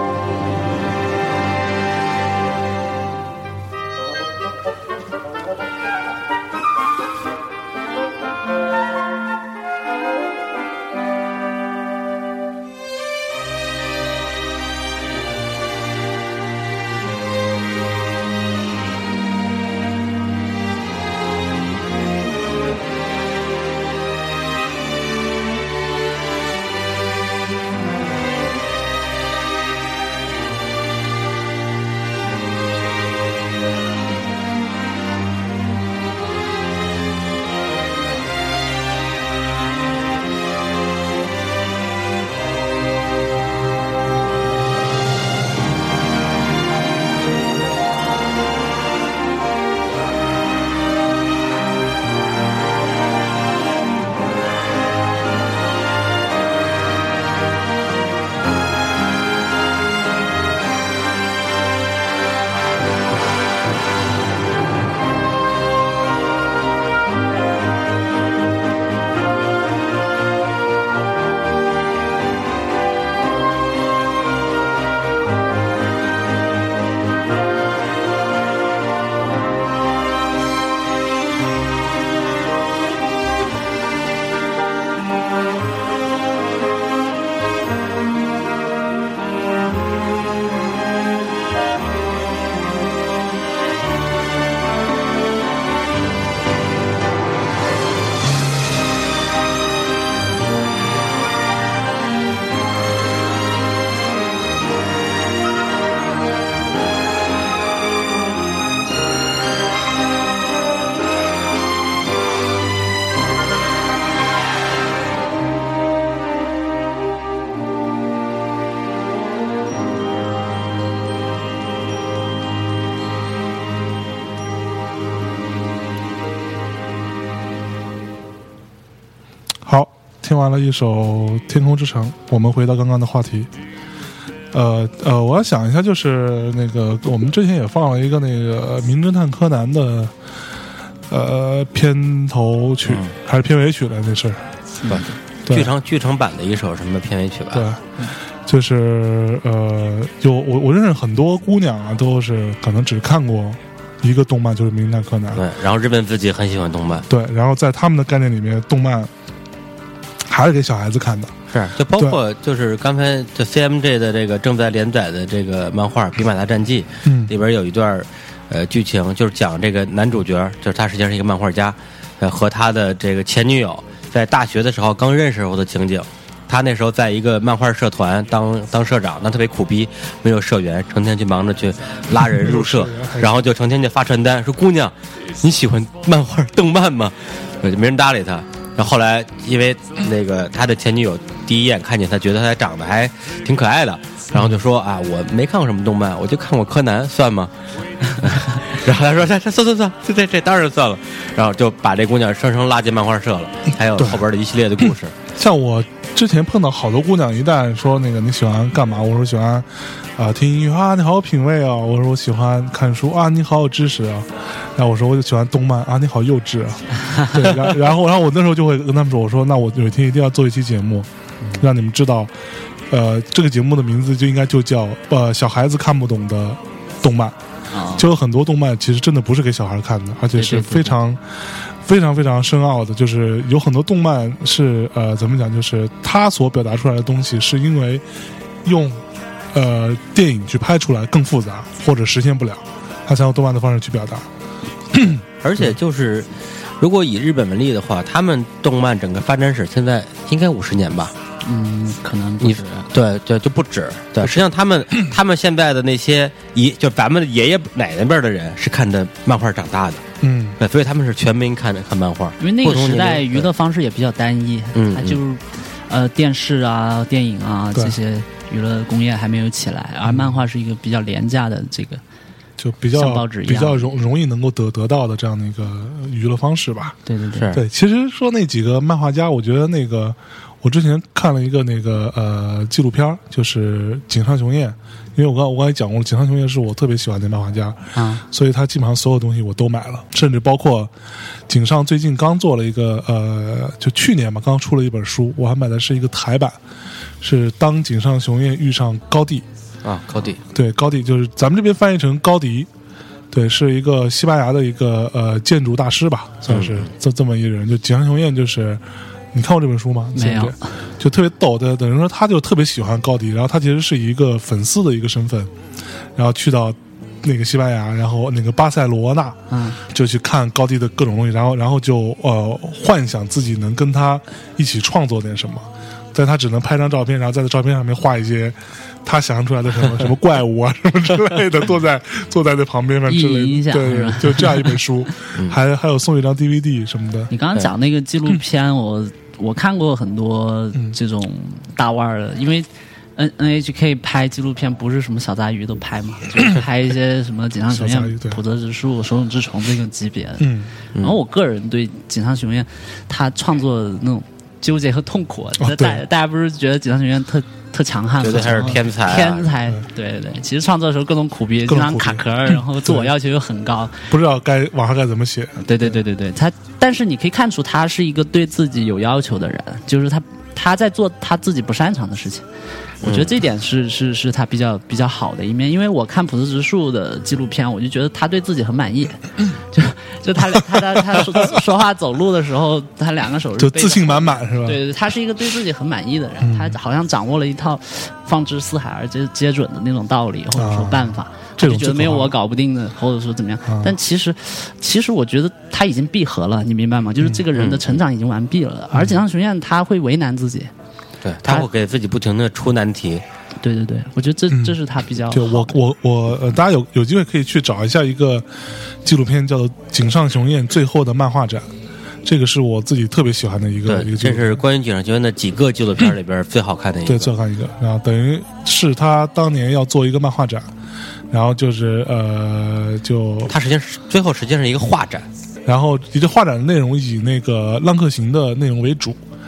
听完了一首《天空之城》，我们回到刚刚的话题。呃呃，我要想一下，就是那个我们之前也放了一个那个《名侦探柯南》的呃片头曲、嗯、还是片尾曲来，那是对剧场剧场版的一首什么片尾曲吧？ 对，就是呃，有我我认识很多姑娘啊，都是可能只看过一个动漫，就是《名侦探柯南》。 对，然后日本自己很喜欢动漫。 对，然后在他们的概念里面，动漫还是给小孩子看的。 是，就包括就是刚才就 C M J 的这个正在连载的这个漫画《比马大战记》，嗯，里边有一段呃剧情，就是讲这个男主角，就是他实际上是一个漫画家，呃，和他的这个前女友在大学的时候刚认识时候的情景。他那时候在一个漫画社团当当社长，那特别苦逼，没有社员，成天去忙着去拉人入社，然后就成天就发传单说：“姑娘，你喜欢漫画动漫吗？”就没人搭理他。然后后来因为那个他的前女友第一眼看见他，觉得他长得还挺可爱的，然后就说：“啊，我没看过什么动漫，我就看过柯南，算吗？”然后他说：“这这算算算，这这这当然算了。”然后就把这姑娘生生拉进漫画社了，还有后边的一系列的故事。 像我之前碰到好多姑娘，一旦说那个你喜欢干嘛，我说喜欢啊、呃、听音乐啊，你好有品味啊，我说我喜欢看书啊，你好有知识啊，然后我说我就喜欢动漫啊，你好幼稚啊。对，然后然后然后我那时候就会跟他们说，我说那我有一天一定要做一期节目，让你们知道，呃，这个节目的名字就应该就叫呃小孩子看不懂的动漫。就有很多动漫其实真的不是给小孩看的，而且是非常非常非常深奥的，就是有很多动漫是呃怎么讲，就是它所表达出来的东西是因为用呃电影去拍出来更复杂或者实现不了，它才用动漫的方式去表达。 而且就是如果以日本为例的话，他们动漫整个发展史现在应该五十年吧。 嗯，可能不止， 对对，就不止。对，实际上他们他们现在的那些爷，就咱们爷爷奶奶辈的人是看着漫画长大的， 嗯， 对，所以他们是全民看看漫画。 因为那个时代娱乐方式也比较单一， 嗯， 它就是呃电视啊、电影啊这些娱乐工业还没有起来，而漫画是一个比较廉价的这个。 就比较比较容容易能够得得到的这样的一个娱乐方式吧。 对对对， 对。其实说那几个漫画家，我觉得那个我之前看了一个那个呃纪录片，就是井上雄彦，因为我刚我刚才讲过，井上雄彦是我特别喜欢的漫画家啊，所以他基本上所有东西我都买了，甚至包括井上最近刚做了一个呃，就去年吧，刚出了一本书，我还买的是一个台版，是当井上雄彦遇上高地。 啊，高迪， 对，高迪就是咱们这边翻译成高迪，对，是一个西班牙的一个呃建筑大师吧，算是这、嗯、这么一人。就井上雄彦，就是你看过这本书吗？ 没有， 就特别逗的，等于说他就特别喜欢高迪，然后他其实是一个粉丝的一个身份，然后去到那个西班牙，然后那个巴塞罗那，嗯，就去看高迪的各种东西，然后然后就呃幻想自己能跟他一起创作点什么。但他只能拍张照片，然后在这照片上面画一些他想象出来的什么什么怪物啊什么之类的，坐在坐在那旁边嘛之类的，对，就这样一本书，还还有送一张 D V D 什么的。 你刚刚讲那个纪录片，我我看过很多这种大腕的，因为 N N H K 拍纪录片不是什么小杂鱼都拍嘛，就是拍一些什么井上雄彦、浦泽直树、手冢治虫这个级别的。嗯，然后我个人对井上雄彦他创作的那种纠结和痛苦，哦、大大家不是觉得井上雄彦特特强悍， 觉得他是天才、啊， 天才，对对对。其实创作的时候各种苦逼，经常卡壳，然后自我要求又很高， 不知道该网上该怎么写。 对对对对对，他但是你可以看出他是一个对自己有要求的人，就是他他在做他自己不擅长的事情。我觉得这一点是、嗯、是是他比较比较好的一面，因为我看浦泽直树的纪录片，我就觉得他对自己很满意，就就他他他他说说话走路的时候，他两个手是就自信满满是吧？ 对，他是一个对自己很满意的人，嗯、他好像掌握了一套放之四海而皆皆准的那种道理或者说办法，他就觉得没有我搞不定的，或者说怎么样。啊、但其实其实我觉得他已经闭合了，你明白吗？就是这个人的成长已经完毕了，嗯、而井上雄彦他会为难自己。 对，他会给自己不停的出难题。 对对对，我觉得这、嗯、这是他比较好。 就我我我、呃，大家有有机会可以去找一下一个纪录片，叫做《井上雄彦最后的漫画展》，这个是我自己特别喜欢的一个一个。 这是关于井上雄彦的几个纪录片里边最好看的一个。 对，最好看一个。然后等于是他当年要做一个漫画展，然后就是呃，就他实际上最后实际上是一个画展， 然后一个画展的内容以那个浪客行的内容为主。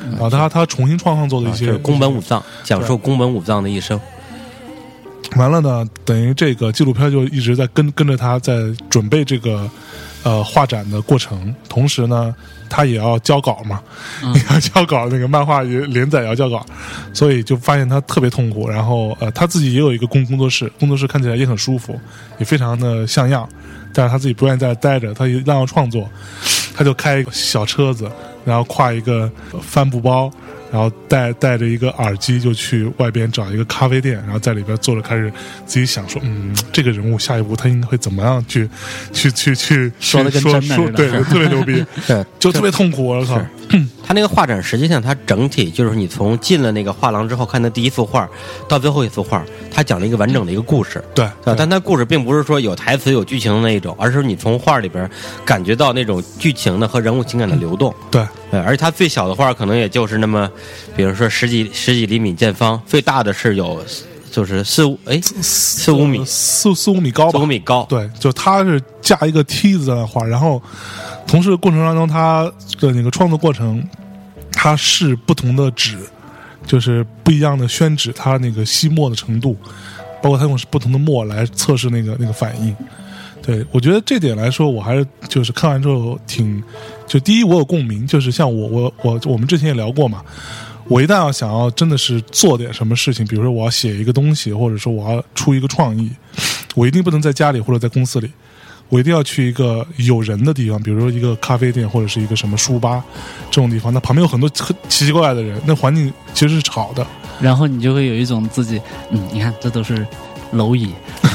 然后他他重新创创作的一些、 啊、宫本武藏，讲述宫本武藏的一生。 完了呢，等于这个纪录片就一直在跟跟着他在准备这个呃画展的过程，同时呢，他也要交稿嘛，嗯、也要交稿，那个漫画也连载也要交稿，所以就发现他特别痛苦。然后呃，他自己也有一个工工作室，工作室看起来也很舒服，也非常的像样，但是他自己不愿意在这待着，他也让要创作，他就开一个小车子，然后挎一个帆布包。然后带带着一个耳机就去外边找一个咖啡店，然后在里边坐着开始自己想说，嗯，这个人物下一步他应该会怎么样去去去去说的跟真的说对，特别牛逼， 对， 就特别痛苦。我靠！ 他那个画展实际上它整体就是你从进了那个画廊之后看的第一幅画到最后一幅画，他讲了一个完整的一个故事。 对， 对，但他故事并不是说有台词有剧情的那一种，而是你从画里边感觉到那种剧情的和人物情感的流动。 对， 对，而且他最小的画可能也就是那么，比如说十几十几厘米见方，最大的是有就是四五哎四五米四四五米高吧， 四五米高。 对，就他是架一个梯子在那画，然后同时过程当中他的那个创作过程，他试不同的纸，就是不一样的宣纸，它那个吸墨的程度，包括他用不同的墨来测试那个那个反应。对，我觉得这点来说，我还是就是看完之后挺，就第一我有共鸣，就是像我我我我们之前也聊过嘛，我一旦要想要真的是做点什么事情，比如说我要写一个东西，或者说我要出一个创意，我一定不能在家里或者在公司里，我一定要去一个有人的地方，比如说一个咖啡店或者是一个什么书吧这种地方，那旁边有很多奇奇怪怪的人，那环境其实是吵的， 然后你就会有一种自己，嗯，你看这都是蝼蚁，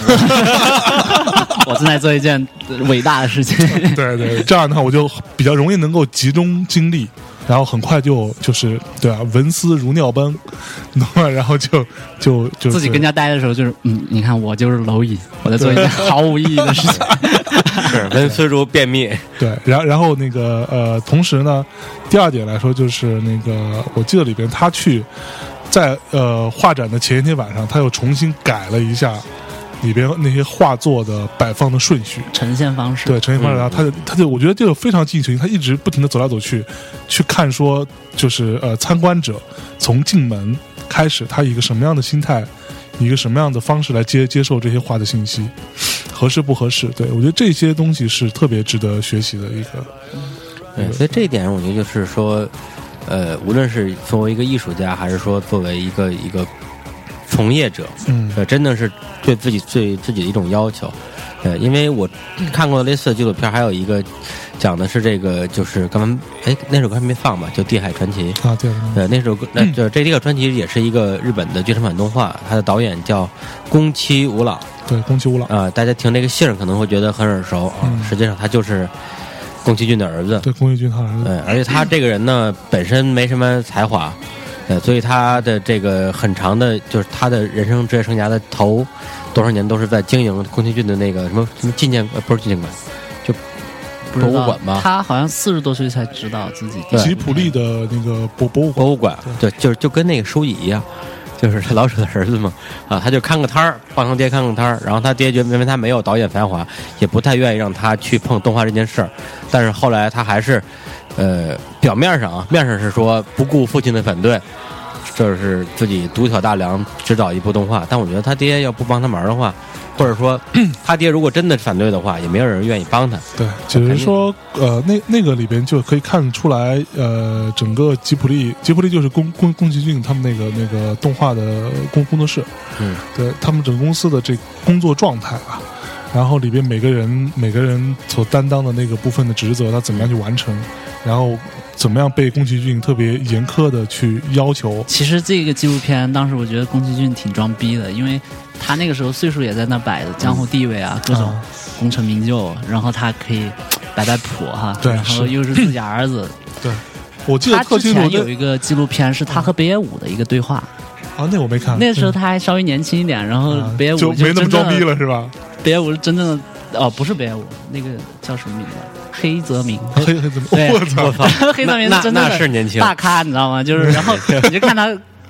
我正在做一件伟大的事情。 对对，这样的话我就比较容易能够集中精力，然后很快就就是对啊，文思如尿崩，然后就就就自己跟家待的时候就是嗯，你看我就是蝼蚁，我在做一件毫无意义的事情。 是文思如便秘。 对，然后然后那个呃，同时呢，第二点来说就是那个，我记得里边他去在呃画展的前一天晚上，他又重新改了一下里边那些画作的摆放的顺序、 呈现方式。 对，呈现方式，然后他就他就我觉得这个非常尽情，他一直不停的走来走去，去看说就是呃参观者从进门开始，他以一个什么样的心态，以一个什么样的方式来接接受这些画的信息，合适不合适？对，我觉得这些东西是特别值得学习的一个。 对，所以这一点我觉得就是说，呃，无论是作为一个艺术家，还是说作为一个一个从业者， 嗯， 呃，真的是对自己对自己的一种要求。呃，因为我看过类似的纪录片，还有一个讲的是这个，就是刚刚哎那首歌还没放吧，就《地海传奇》 啊，对， 对，那首歌，那就这这个传奇也是一个日本的剧场版动画，它的导演叫宫崎吾朗， 对，宫崎吾朗啊、呃，大家听这个姓可能会觉得很耳熟啊， 嗯、 实际上他就是宫崎骏的儿子， 对，宫崎骏他儿子， 对，而且他这个人呢本身没什么才华，呃，所以他的这个很长的，就是他的人生职业生涯的头多少年都是在经营宫崎骏的那个什么什么纪念，呃，不是纪念馆，就博物馆吧。 他好像四十多岁才知道自己吉普力的那个博博物博物馆，对，就是就跟那个舒乙一样，就是他老舍的儿子嘛，啊，他就看个摊儿，帮他爹看个摊儿，然后他爹觉得因为他没有导演才华，也不太愿意让他去碰动画这件事儿，但是后来他还是，呃，表面上啊，面上是说不顾父亲的反对。就是自己独挑大梁指导一部动画，但我觉得他爹要不帮他忙的话，或者说他爹如果真的反对的话，也没有人愿意帮他。 对，只是说呃，那那个里边就可以看出来，呃，整个吉普力，吉普力就是宫宫宫崎骏他们那个那个动画的工工作室， 嗯， 对他们整个公司的这工作状态吧。然后里边每个人每个人所担当的那个部分的职责，他怎么样去完成，然后怎么样被宫崎骏特别严苛的去要求。 其实这个纪录片当时我觉得宫崎骏挺装逼的，因为他那个时候岁数也在那摆着，江湖地位啊，各种功成名就，然后他可以摆摆谱哈， 对， 然后又是自己儿子。 对，我记得特清楚。 他之前有一个纪录片是他和北野武的一个对话。 啊，那我没看。 那时候他还稍微年轻一点，然后北野武就没那么装逼了，是吧？ 北野武是真正的哦，不是北野武，那个叫什么名字？黑泽明。 黑黑泽明， 对， 我操！ 黑泽明是真的那是年轻大咖，你知道吗？就是然后你就看他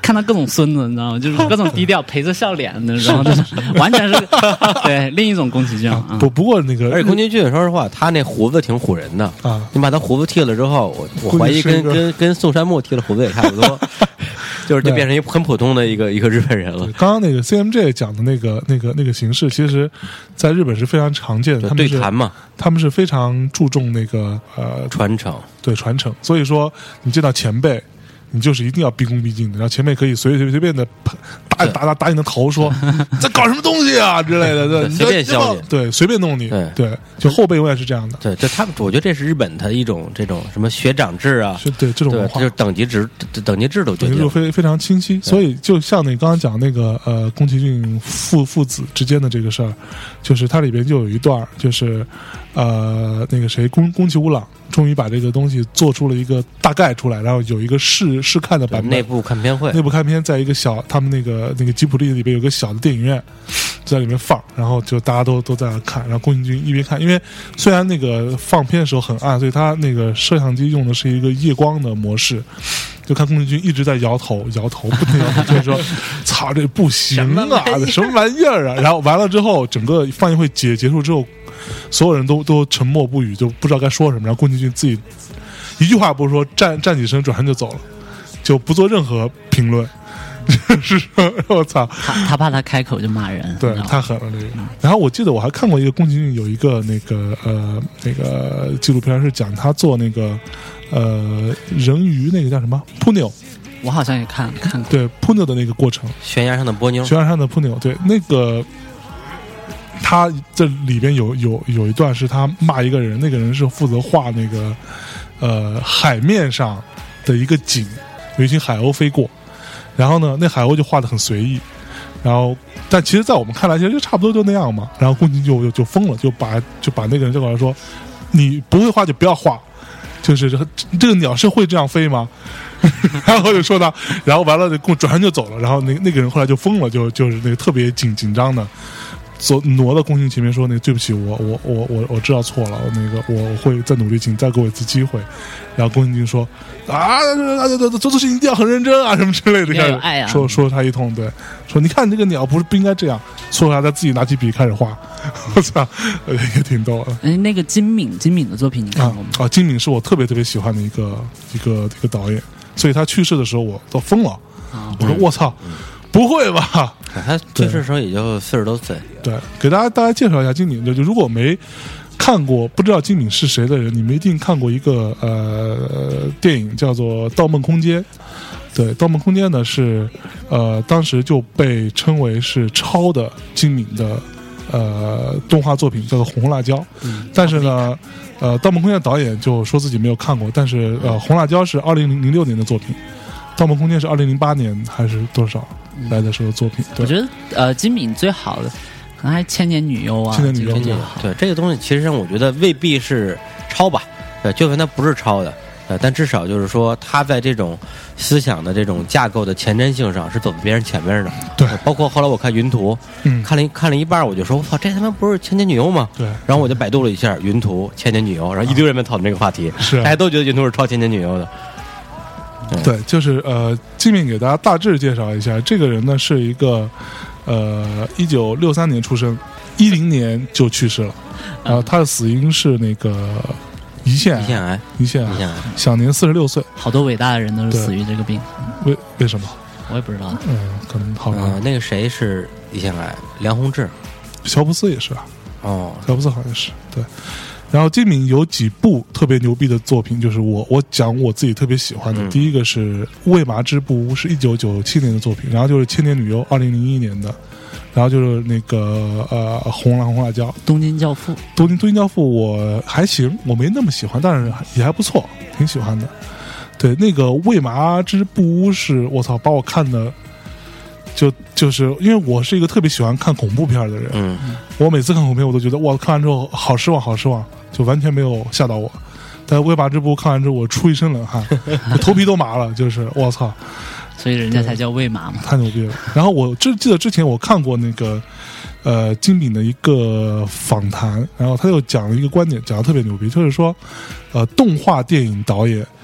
看他各种孙子，你知道吗？就是各种低调，陪着笑脸的，然后就是完全是对另一种宫崎骏啊。 不不过那个， 而且宫崎骏说实话，他那胡子挺唬人的啊。 你把他胡子剃了之后，我我怀疑跟跟跟宋山木剃了胡子也差不多，就是就变成一个很普通的一个一个日本人了。 刚刚那个 C M J 讲的那个那个那个形式，其实在日本是非常常见的。他们对谈嘛， 他们是非常注重那个呃传承， 对传承。所以说，你见到前辈，你就是一定要毕恭毕敬的，然后前辈可以随随随便的打打打打你的头，说在搞什么东西啊之类的，对， 随便削你， 对，随便弄你， 对对，就后辈永远是这样的。 对，就他们，我觉得这是日本的一种这种什么学长制啊， 是对这种文化， 就是等级制等级制度， 等级制度非非常清晰。所以就像你刚刚讲那个呃宫崎骏父父子之间的这个事儿，就是它里边就有一段，就是呃那个谁宫宫崎吾朗终于把这个东西做出了一个大概出来，然后有一个试试看的版本， 内部看片会， 内部看片在一个小他们那个那个吉卜力里边有个小的电影院，在里面放，然后就大家都都在那看，然后宫崎骏一边看，因为虽然那个放片的时候很暗，所以他那个摄像机用的是一个夜光的模式，就看宫崎骏一直在摇头摇头，不停摇头，就是说操这不行啊，什么玩意儿啊！然后完了之后，整个放映会结结束之后，所有人都都沉默不语，就不知道该说什么。然后宫崎骏自己一句话不说，站站起身，转身就走了，就不做任何评论。是说，我操， 他他怕他开口就骂人， 对，太狠了这个。然后我记得我还看过一个宫崎骏有一个那个呃那个纪录片，是讲他做那个呃人鱼那个叫什么扑牛。 我好像也看看过， 对扑牛的那个过程， 悬崖上的波妞， 悬崖上的扑牛，对那个。他这里边有有有一段是他骂一个人，那个人是负责画那个呃海面上的一个景，有一群海鸥飞过，然后呢那海鸥就画得很随意，然后但其实在我们看来其实就差不多就那样嘛，然后宫崎骏就就就疯了，就把就把那个人就过来说，你不会画就不要画，就是这这个鸟是会这样飞吗？然后就说他，然后完了就转身就走了，然后那那个人后来就疯了，就就是那个特别紧紧张的。走挪到宫崎骏前面说：“那个对不起，我我我我我知道错了，那个我会再努力，请再给我一次机会。”然后宫崎骏说：“啊，做做事一定要很认真啊，什么之类的， 要有爱啊。” 说说他一通，对，说你看这个鸟不是不应该这样，说他他自己拿起笔开始画，我操，也挺逗的。 哎，那个金敏金敏的作品你看过吗？ 啊，啊金敏是我特别特别喜欢的一个一个一个导演，所以他去世的时候我都疯了， 啊、 我说我操。不会吧？ 他去世的时候也就四十多岁。 对，给大家大家介绍一下金敏，就就如果没看过不知道金敏是谁的人，你们一定看过一个呃电影叫做《盗梦空间》。对，《盗梦空间》呢是呃当时就被称为是抄的金敏的呃动画作品，叫做《红辣椒》。嗯，但是呢，呃，《盗梦空间》导演就说自己没有看过，但是呃，《红辣椒》是二零零六年的作品，《盗梦空间》是二零零八年还是多少？来的时候作品， 我觉得呃，金敏最好的可能还是《千年女优》啊， 千年女优对对，这个东西其实我觉得未必是抄吧，对，就算它不是抄的，呃，但至少就是说他在这种思想的这种架构的前瞻性上是走在别人前面的。 对， 包括后来我看云图， 嗯， 看了一看了一半，我就说我操，这他妈不是千年女优吗？ 对， 然后我就百度了一下云图千年女优，然后一堆人在讨论这个话题， 是、啊、 大家都觉得云图是抄千年女优的。 对，就是呃，金敏给大家大致介绍一下，这个人呢是一个呃，一九六三年出生，一零年就去世了，然后他的死因是那个胰腺胰腺癌， 胰腺癌， 享年四十六岁。 好多伟大的人都是死于这个病， 为为什么？ 我也不知道。 嗯，可能好吧、 呃。那个谁是胰腺癌？梁鸿志， 乔布斯也是啊。 哦， 乔布斯好像是对。然后金敏有几部特别牛逼的作品，就是我我讲我自己特别喜欢的，嗯、第一个是《未麻之布屋》，是一九九七年的作品，然后就是《千年女优》，二零零一年的，然后就是那个呃《红蓝红辣椒》，《 东京教父》， 东京东京教父我还行，我没那么喜欢，但是也还不错，挺喜欢的。对，那个《未麻之布屋》是我操，把我看的。就就是因为我是一个特别喜欢看恐怖片的人， 嗯， 我每次看恐怖片我都觉得哇，看完之后好失望，好失望，就完全没有吓到我。但未麻之布看完之后，我出一身冷汗，我头皮都麻了，就是我操！ 所以人家才叫未麻嘛， 太牛逼了。然后我只记得之前我看过那个呃金敏的一个访谈，然后他又讲了一个观点，讲的特别牛逼，就是说呃动画电影导演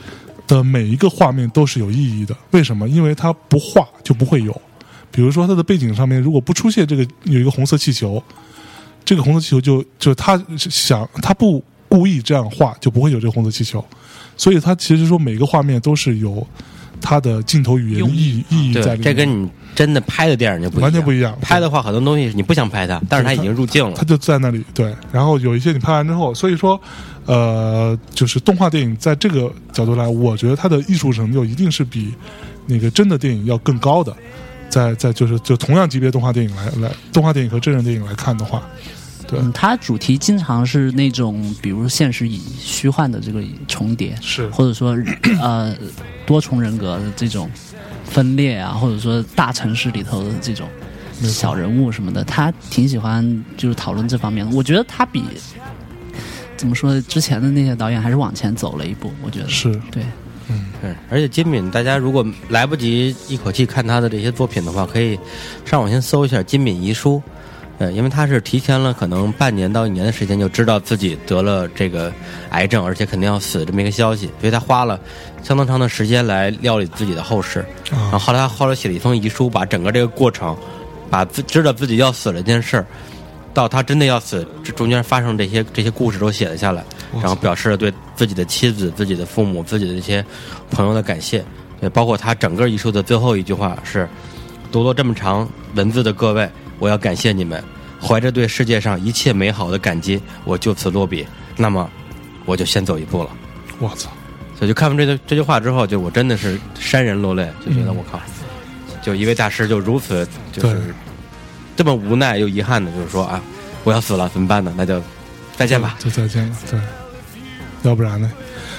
的每一个画面都是有意义的。为什么？因为它不画就不会有。比如说它的背景上面如果不出现这个有一个红色气球，这个红色气球就就他想他不故意这样画就不会有这个红色气球，所以它其实说每个画面都是有它的镜头语言的意义意义在里面。 这跟你真的拍的电影就不一样， 完全不一样。 拍的话很多东西你不想拍它，但是它已经入镜了， 它就在那里。对，然后有一些你拍完之后，所以说呃就是动画电影在这个角度来，我觉得它的艺术成就一定是比那个真的电影要更高的。在在就是就同样级别动画电影来来动画电影和真人电影来看的话，对， 嗯，它主题经常是那种比如现实与虚幻的这个重叠， 是或者说呃多重人格的这种分裂啊，或者说大城市里头的这种小人物什么的，他挺喜欢就是讨论这方面的。我觉得他比怎么说之前的那些导演还是往前走了一步，我觉得是对。 嗯， 对，而且金敏，大家如果来不及一口气看他的这些作品的话，可以上网先搜一下金敏遗书，呃，因为他是提前了可能半年到一年的时间就知道自己得了这个癌症，而且肯定要死这么一个消息，所以他花了相当长的时间来料理自己的后事。然后后来他后来写了一封遗书，把整个这个过程，把自知道自己要死了这件事儿，到他真的要死，这中间发生这些这些故事都写了下来，然后表示了对自己的妻子、自己的父母、自己的这些朋友的感谢。对，包括他整个遗书的最后一句话是：读了这么长文字的各位，我要感谢你们，怀着对世界上一切美好的感激，我就此落笔。那么，我就先走一步了。 我操！ 所以就看完这句这句话之后，就我真的是潸然落泪，就觉得我靠，就一位大师就如此就是这么无奈又遗憾的，就是说啊，我要死了，怎么办呢？那就再见吧， 就再见了。对，要不然呢？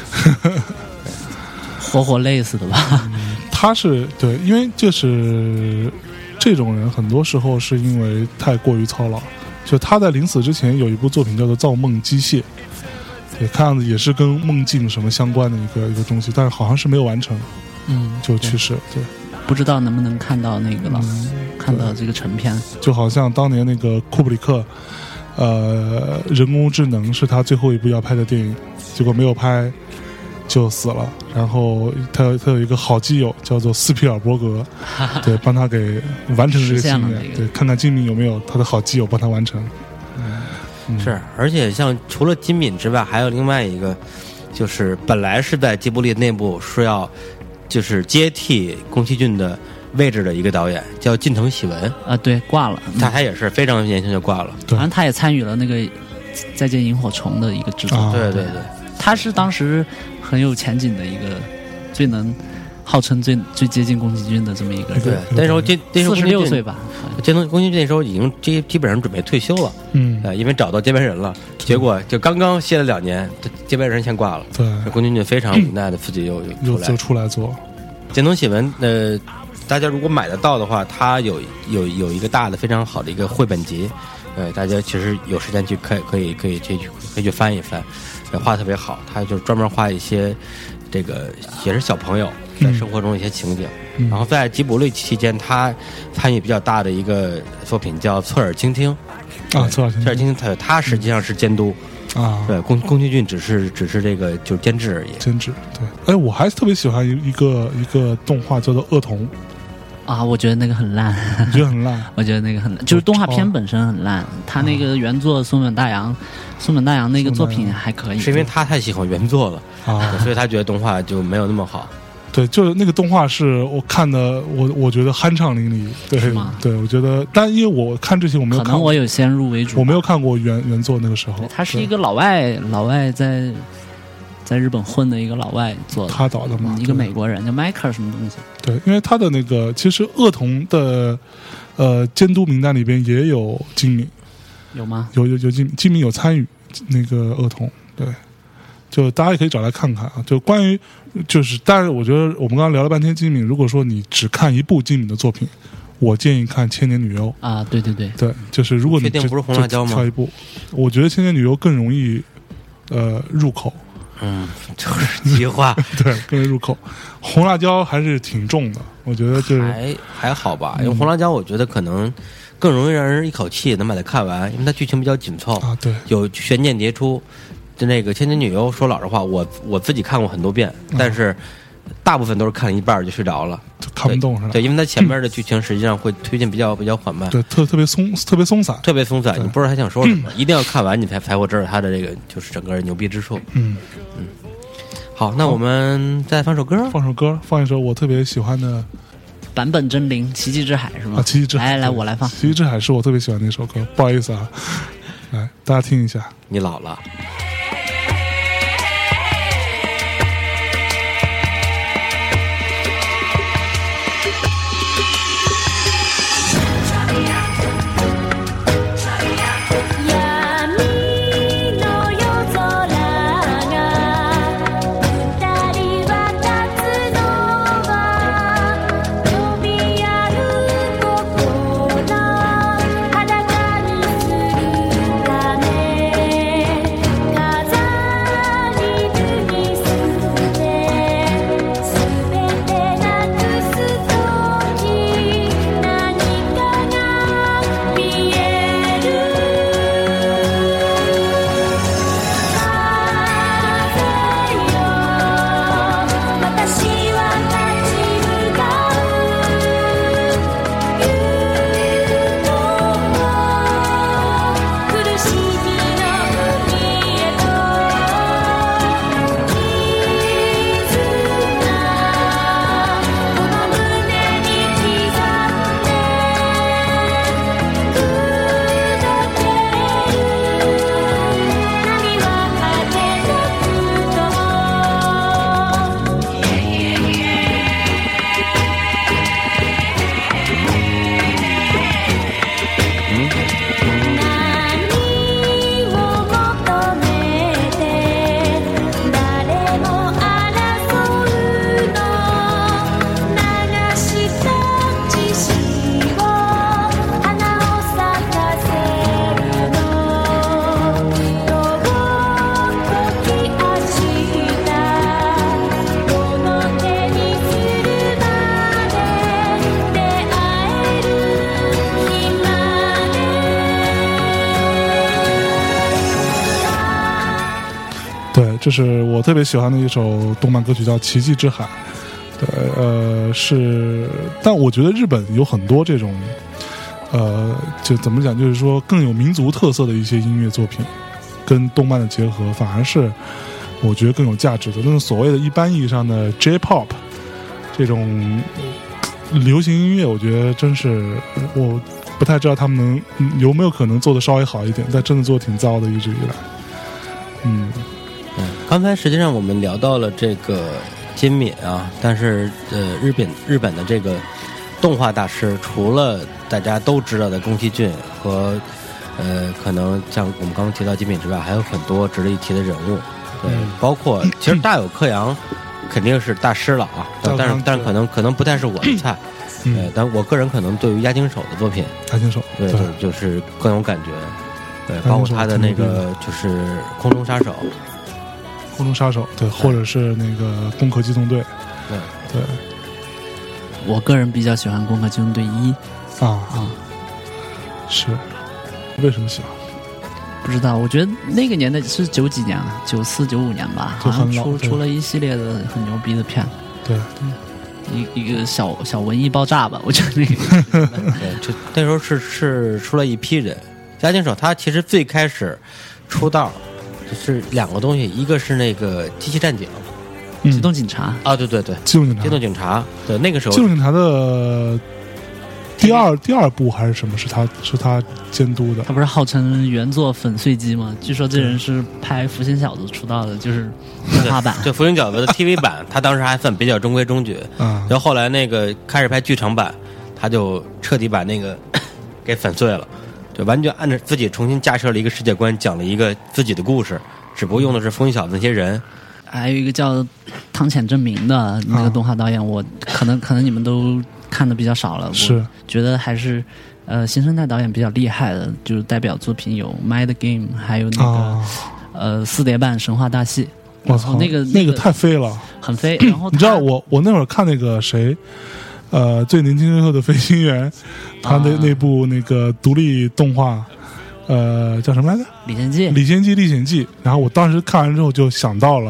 活活累死的吧。 嗯、他是对，因为就是这种人，很多时候是因为太过于操劳。就他在临死之前有一部作品叫做《造梦机械》，对，看样子也是跟梦境什么相关的一个一个东西，但是好像是没有完成， 嗯， 就去世了。对， 不知道能不能看到那个了， 嗯、 看到这个成片。 就好像当年那个库布里克，呃，人工智能是他最后一部要拍的电影，结果没有拍。就死了，然后他有他有一个好基友叫做斯皮尔伯格，对，帮他给完成这个心愿，对，看看金敏有没有他的好基友帮他完成。 嗯，嗯是，而且像除了金敏之外，还有另外一个，就是本来是在吉卜力内部是要就是接替宫崎骏的位置的一个导演，叫近藤喜文啊，对，挂了， 他他也是非常年轻就挂了， 好像他也参与了那个《再见萤火虫》的一个制作， 啊、 对对对， 他是当时很有前景的一个，最能号称最最接近宫崎骏的这么一个人。 对，那时候这那时候四十六岁吧， 这宫崎骏那时候已经基基本上准备退休了， 嗯， 呃，因为找到接班人了，结果就刚刚歇了两年，接班人先挂了， 对， 宫崎骏非常无奈的自己又又出来就出来做。 近藤喜文，呃，大家如果买得到的话，他有有有一个大的非常好的一个绘本集，呃，大家其实有时间去可以可以可以去可以去翻一翻。画特别好，他就专门画一些这个也是小朋友在生活中的一些情景。 嗯、 然后在吉卜力期间，他参与比较大的一个作品叫《侧耳倾听》 啊，侧耳倾听， 侧耳倾听，他他实际上是监督啊， 对，宫宫崎骏只是只是这个就是监制而已。 监制对，哎，我还特别喜欢一个一个动画叫做《恶童》。 啊，我觉得那个很烂， 你觉得很烂？ 我觉得那个很烂，就是动画片本身很烂。他那个原作松本大洋，松本大洋那个作品还可以， 是因为他太喜欢原作了啊， 所以他觉得动画就没有那么好。 对，就是那个动画是我看的，我我觉得酣畅淋漓，对是吗？ 对，我觉得，但因为我看这些我没有看过， 可能我有先入为主， 我没有看过原原作那个时候。 他是一个老外，老外在。在日本混的一个老外做的， 他导的嘛、 嗯，一个美国人叫迈克尔什么东西。 对，因为他的那个其实恶童的呃监督名单里边也有金敏， 有吗？ 有有有金金敏有参与那个恶童，对，就大家也可以找来看看啊。就关于就是，但是我觉得我们刚刚聊了半天金敏，如果说你只看一部金敏的作品，我建议看《千年女优》 啊，对对对， 对，就是如果你确定不是红辣椒吗？ 挑一部，我觉得《千年女优》更容易呃入口。 嗯，就是极化， 对，更容易入口。红辣椒还是挺重的，我觉得就是还还好吧。因为红辣椒，我觉得可能更容易让人一口气能把它看完，因为它剧情比较紧凑啊，对， 有悬念迭出。就那个《千年女优》，说老实话，我我自己看过很多遍，但是大部分都是看了一半就睡着了， 就看不动是吧？ 对，因为它前面的剧情实际上会推进比较比较缓慢， 对，特特别松，特别松散， 特别松散，你不知道他想说什么，一定要看完你才才会知道他的这个就是整个牛逼之处。 嗯嗯，好，那我们再放首歌， 放首歌，放一首我特别喜欢的坂本真绫《奇迹之海》是吗？ 啊，奇迹之海， 来来，我来放。 奇迹之海是我特别喜欢的一首歌，不好意思啊，来大家听一下。 你老了。 对，这是我特别喜欢的一首动漫歌曲，叫《奇迹之海》。对，呃，是，但我觉得日本有很多这种，呃，就怎么讲，就是说更有民族特色的一些音乐作品，跟动漫的结合，反而是我觉得更有价值的。那种所谓的一般意义上的 J-pop 这种流行音乐，我觉得真是我不太知道他们能有没有可能做的稍微好一点，但真的做的挺糟的，一直以来。嗯。 嗯，刚才实际上我们聊到了这个金敏啊，但是呃，日本日本的这个动画大师，除了大家都知道的宫崎骏和呃，可能像我们刚刚提到金敏之外，还有很多值得一提的人物，对，嗯、包括其实大有克洋肯定是大师了啊，但是但是可能可能不太是我的菜，嗯、呃，但我个人可能对于押井守的作品， 押井守对，对就就是更有感觉，对，包括他的那个就是空中杀手。 空中杀手，对，或者是那个攻壳机动队， 对对。 我个人比较喜欢攻壳机动队一啊啊，是为什么喜欢？ 不知道，我觉得那个年代是九几年了，九四九五年吧，好像出出了一系列的很牛逼的片， 对， 一一个小小文艺爆炸吧，我觉得那个， 对，就那时候是是出了一批人，押井守他其实最开始出道。是两个东西，一个是那个机器战警， 嗯、机动警察啊，对对对， 机动警察， 机动警察，对，那个时候机动警察的第二第二部还是什么？是他是他监督的， 他不是号称原作粉碎机吗？据说这人是拍《福星饺子》出道的，就是动画版， 对，《福星饺子》的 T V 版，他当时还算比较中规中矩， 嗯， 然后后来那个开始拍剧场版，他就彻底把那个给粉碎了。对，完全按照自己重新架设了一个世界观，讲了一个自己的故事，只不过用的是风云小子那些人。 还有一个叫汤浅证明的那个动画导演，啊、我可能可能你们都看的比较少了， 是我觉得还是呃新生代导演比较厉害的，就是代表作品有《Mind Game》，还有那个、啊、呃四叠半神话大戏。 我操， 那个那个太飞了， 很飞。然后你知道我我那会儿看那个谁。呃，最年轻后的飞行员，他那、啊、那部那个独立动画，呃，叫什么来着？ 《李仙记》。 《李仙记历险记》。然后我当时看完之后就想到了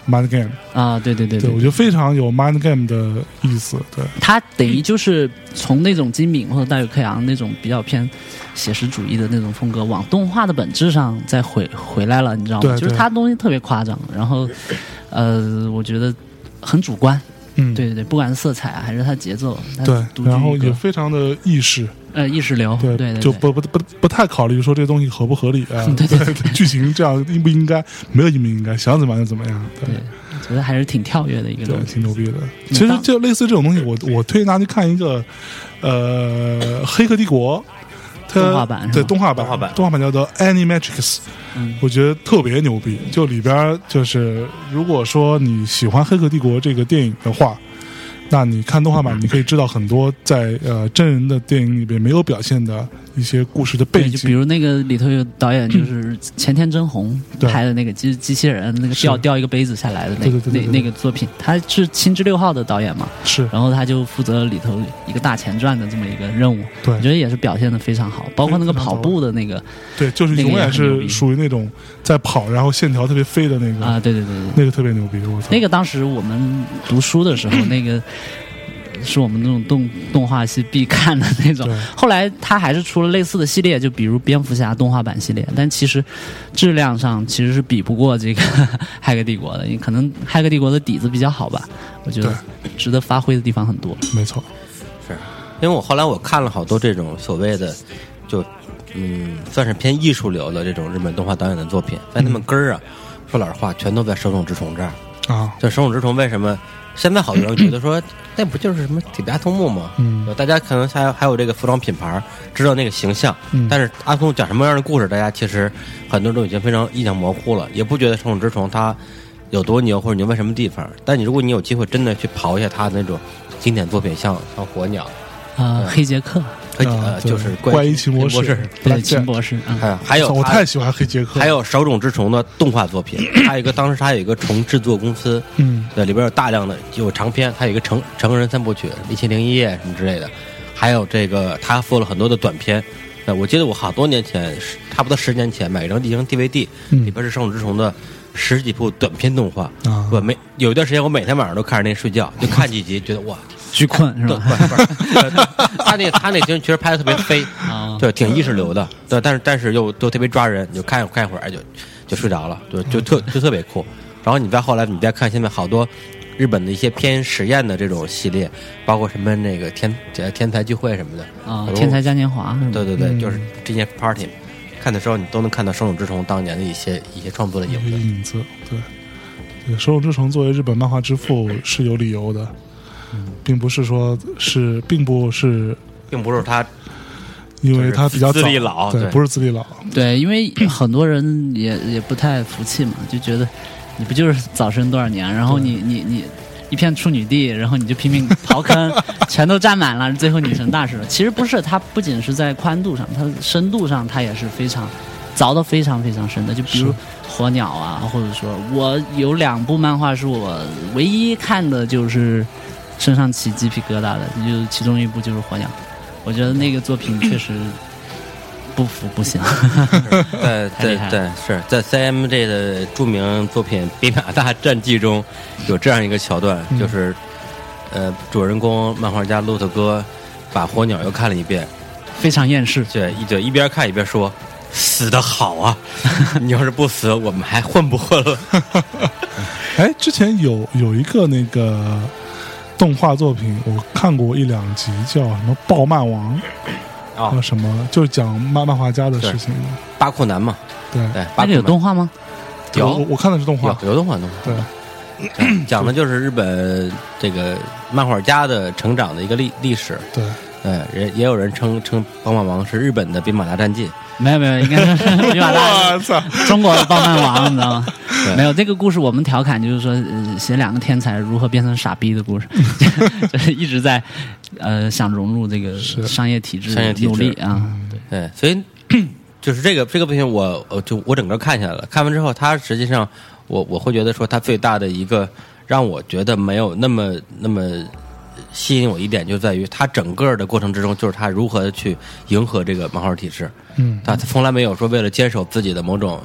mind game 啊，对对对对，我觉得非常有 mind game 的意思。对， 它等于就是从那种金敏或者大有克洋那种比较偏写实主义的那种风格，往动画的本质上再回回来了，你知道吗？ 对对就是它东西特别夸张，然后呃，我觉得很主观。 嗯， 对对对，不管是色彩啊，还是它节奏，它对， 独具一然后格也非常的意识。 呃，意识流， 对对对对， 就不不不不太考虑说这个东西合不合理啊， 对对对对剧情这样应不应该，没有应不应该，想怎么样就怎么样。对， 对我觉得还是挺跳跃的一个对， 东西， 挺牛逼的。其实就类似这种东西，我我推荐大家去看一个，呃，《黑客帝国》。它动画版对动画版， 动画版动画版叫做 Animatrix， 嗯， 我觉得特别牛逼。就里边就是，如果说你喜欢《黑客帝国》这个电影的话，那你看动画版，你可以知道很多在呃真人的电影里边没有表现的一些故事的背对， 景， 就比如那个里头有导演就是前田真弘对拍的那个机机器人，那个是掉掉一个杯子下来的那对对对对对那那个作品，他是青之六号的导演嘛， 是然后他就负责里头一个大前传的这么一个任务， 对我觉得也是表现的非常好，包括那个跑步的那个对，就是永远是属于那种在跑，然后线条特别飞的那个啊，对对对对， 那个特别牛逼，我操， 那个当时我们读书的时候，那个是我们那种动动画系必看的那种。后来他还是出了类似的系列，就比如蝙蝠侠动画版系列，但其实质量上其实是比不过这个骇客帝国的，因为可能骇客帝国的底子比较好吧，我觉得值得发挥的地方很多。 没错， 是因为我后来我看了好多这种所谓的就嗯算是偏艺术流的这种日本动画导演的作品，在他们根儿啊、嗯、说老实话全都在手冢治虫这儿啊。 这手冢治虫为什么现在好多人觉得说那不就是什么铁臂阿童木吗？ 嗯， 大家可能还有还有这个服装品牌知道那个形象， 嗯， 但是阿童木讲什么样的故事，大家其实很多人都已经非常印象模糊了，也不觉得手冢治虫他有多牛或者牛在什么地方。但你如果你有机会真的去刨一下他的那种经典作品，像像火鸟啊、呃，黑杰克。 呃，就是怪医秦博士， 对，秦博士， 还有还有， 我太喜欢黑杰克， 还有手冢治虫的动画作品，还有一个当时他有一个虫制作公司， 嗯， 对，里边有大量的有长篇，还有一个成成人三部曲，一千零一夜什么之类的，还有这个他做了很多的短片。呃，我记得我好多年前，差不多十年前买一张一张 D V D，、嗯、里边是手冢治虫的十几部短片动画。啊，我每有一段时间我每天晚上都看着那睡觉，就看几集，觉得哇。 巨困是吧？ 他那他那其实拍的特别飞，对，挺意识流的，对，但是但是又都特别抓人，你就看看一会儿就就睡着了，就就特就特别酷。然后你再后来你再看现在好多日本的一些偏实验的这种系列，包括什么那个天天才聚会什么的啊，天才嘉年华， 对对对，嗯、就是这些 party， 看的时候你都能看到手冢治虫当年的一些一些创作的影子。 影子，对，对，手冢治虫作为日本漫画之父是有理由的。并不是说是，并不是， 并不是他， 因为他比较资历老， 对，不是资历老， 对，因为很多人也也不太服气嘛，就觉得你不就是早生多少年，然后你你你一片处女地，然后你就拼命刨坑，全都占满了，最后你成大师了。其实不是，它不仅是在宽度上，它深度上它也是非常凿得非常非常深的，就比如火鸟啊，或者说我有两部漫画是我唯一看的就是身上起鸡皮疙瘩的，就其中一部就是火鸟，我觉得那个作品确实不服不行。 对对对，是在 C M J 的著名作品《比马大战记》中有这样一个桥段，嗯、就是呃，主人公漫画家骆驼哥把火鸟又看了一遍， 非常厌世， 对，一对一边看一边说。死得好啊！你要是不死，我们还混不混了？ 哎，之前有有一个那个动画作品，我看过一两集，叫什么《暴漫王》啊、哦，什么就是讲漫漫画家的事情。 巴库南嘛， 对对， 那个有动画吗？ 有， 我我看的是动画， 有, 有动画动画。 对， 讲的就是日本这个漫画家的成长的一个历历史。 对， 对，也也有人称称《暴漫王》是日本的《兵马大战记》。 没有没有，应该是比马大中国的暴漫王，你知道吗？没有这个故事，我们调侃就是说，呃，写两个天才如何变成傻逼的故事，就是一直在呃想融入这个商业体制， 商业体制努力啊。 对，对，所以就是这个这个作品，我我就我整个看下来了，看完之后，它实际上我我会觉得说，它最大的一个让我觉得没有那么那么。吸引我一点就在于他整个的过程之中，就是他如何的去迎合这个漫画体制。 嗯， 他从来没有说为了坚守自己的某种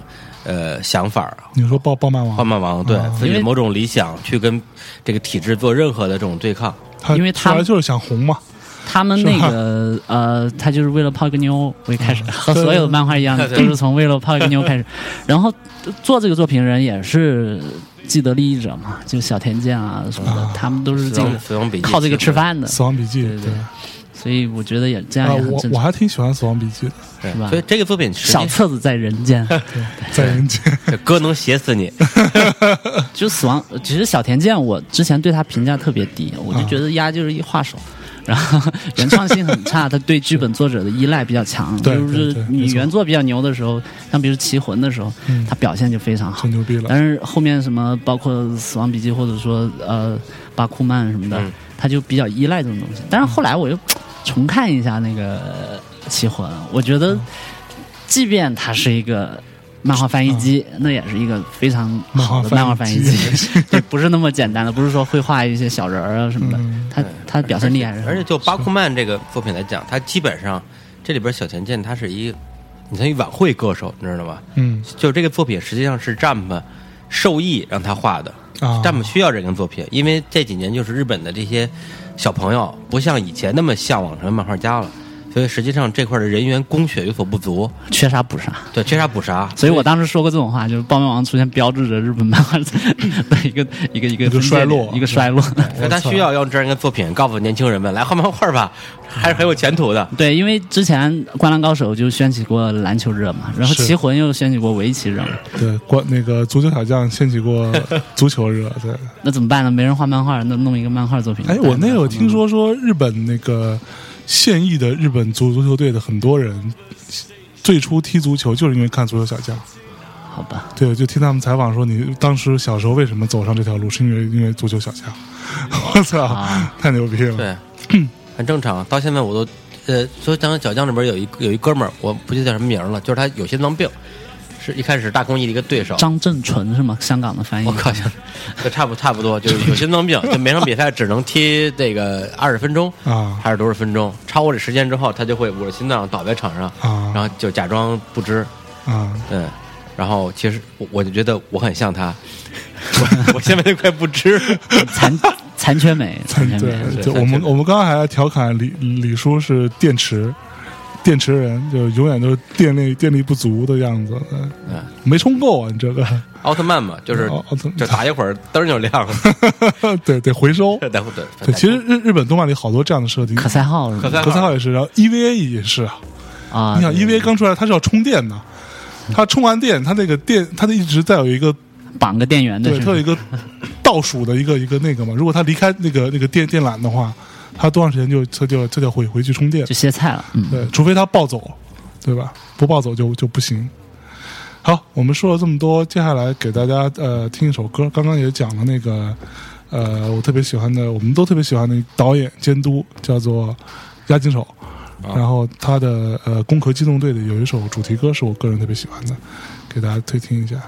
呃想法。 你说爆爆漫王， 爆漫王对、 啊、 自己的某种理想去跟这个体制做任何的这种对抗， 他因为他出来就是想红嘛。 他们那个呃，他就是为了泡一个妞为开始，和所有的漫画一样，都是从为了泡一个妞开始。然后做这个作品人也是既得利益者嘛，就小田健啊什么的， 啊、 他们都是这个靠这个吃饭的。 死亡笔记， 对 对, 对。所以我觉得也这样也很正常、 啊、我我还挺喜欢死亡笔记的， 是吧？ 所以这个作品小册子在人间， 对，在人间， 歌能写死你。 就死亡，其实小田健我之前对他评价特别低，我就觉得丫就是一画手。然后原创性很差，他对剧本作者的依赖比较强。就是你原作比较牛的时候，像比如《棋魂》的时候， 嗯、 他表现就非常好， 很牛逼了。 但是后面什么，包括《死亡笔记》或者说呃巴库曼什么的， 嗯、 他就比较依赖这种东西。但是后来我又重看一下那个《棋魂》，我觉得，即便它是一个漫画翻译机、嗯、那也是一个非常好的漫画翻译机，对，不是那么简单的，不是说会画一些小人儿啊什么的， 嗯、 他他表现力还是。 而且就巴库曼这个作品来讲，他基本上这里边小田健他是一，你像一晚会歌手，你知道吗？ 嗯， 就这个作品实际上是Jump授意让他画的， 啊 Jump需要这个作品，因为这几年就是日本的这些小朋友不像以前那么向往成为漫画家了。所以实际上这块的人员供血有所不足， 缺啥补啥。 对，缺啥补啥。 所以我当时说过这种话，就是爆漫王出现标志着日本漫画的一个一个一个一个衰落， 一个衰落。 所以他需要用这样一个作品告诉年轻人们，来画漫画吧，还是很有前途的。 对，因为之前《灌篮高手》就掀起过篮球热嘛，然后《棋魂》又掀起过围棋热嘛。 对，关那个足球小将掀起过足球热。对， 那怎么办呢？没人画漫画，那弄一个漫画作品。 哎，我那个我听说说日本那个。现役的日本足足球队的很多人，最初踢足球就是因为看足球小将。 好吧， 对，就听他们采访说，你当时小时候为什么走上这条路，是因为因为足球小将。我操，啊、太牛逼了！ 对，很正常。到现在我都，呃，所以讲小将里边有一有一哥们儿，我不记得叫什么名了，就是他有心脏病。是一开始大公益的一个对手， 张振纯是吗？香港的翻译。 我靠，这差不差不多，就是有心脏病，就每场比赛只能踢这个二十分钟啊， 还是多少分钟？超过这时间之后，他就会捂着心脏倒在场上啊， 然后就假装不知啊， 嗯，然后其实我我就觉得我很像他，我我现在就快不知残残缺美，残缺美。 对，就我们我们刚刚还调侃李李叔是电池。电池人就永远都是电力电力不足的样子，嗯，没充够啊！你这个奥特曼嘛，就是就打一会儿灯就亮了， 对，得回收， 对对对。其实日日本动漫里好多这样的设定， 可赛号， 可赛可赛号也是，然后 E V A 也是啊。 你想 E V A 刚出来，它是要充电的，它充完电，它那个电，它一直在有一个绑个电源的， 对，它有一个倒数的一个一个那个嘛。如果它离开那个那个电电缆的话。他多长时间就他就他就回回去充电， 就歇菜了。嗯， 对，除非他暴走，对吧？不暴走就就不行。好，我们说了这么多，接下来给大家呃听一首歌。刚刚也讲了那个呃我特别喜欢的，我们都特别喜欢的导演监督叫做押井守，啊、然后他的呃《攻壳机动队》的有一首主题歌是我个人特别喜欢的，给大家推听一下。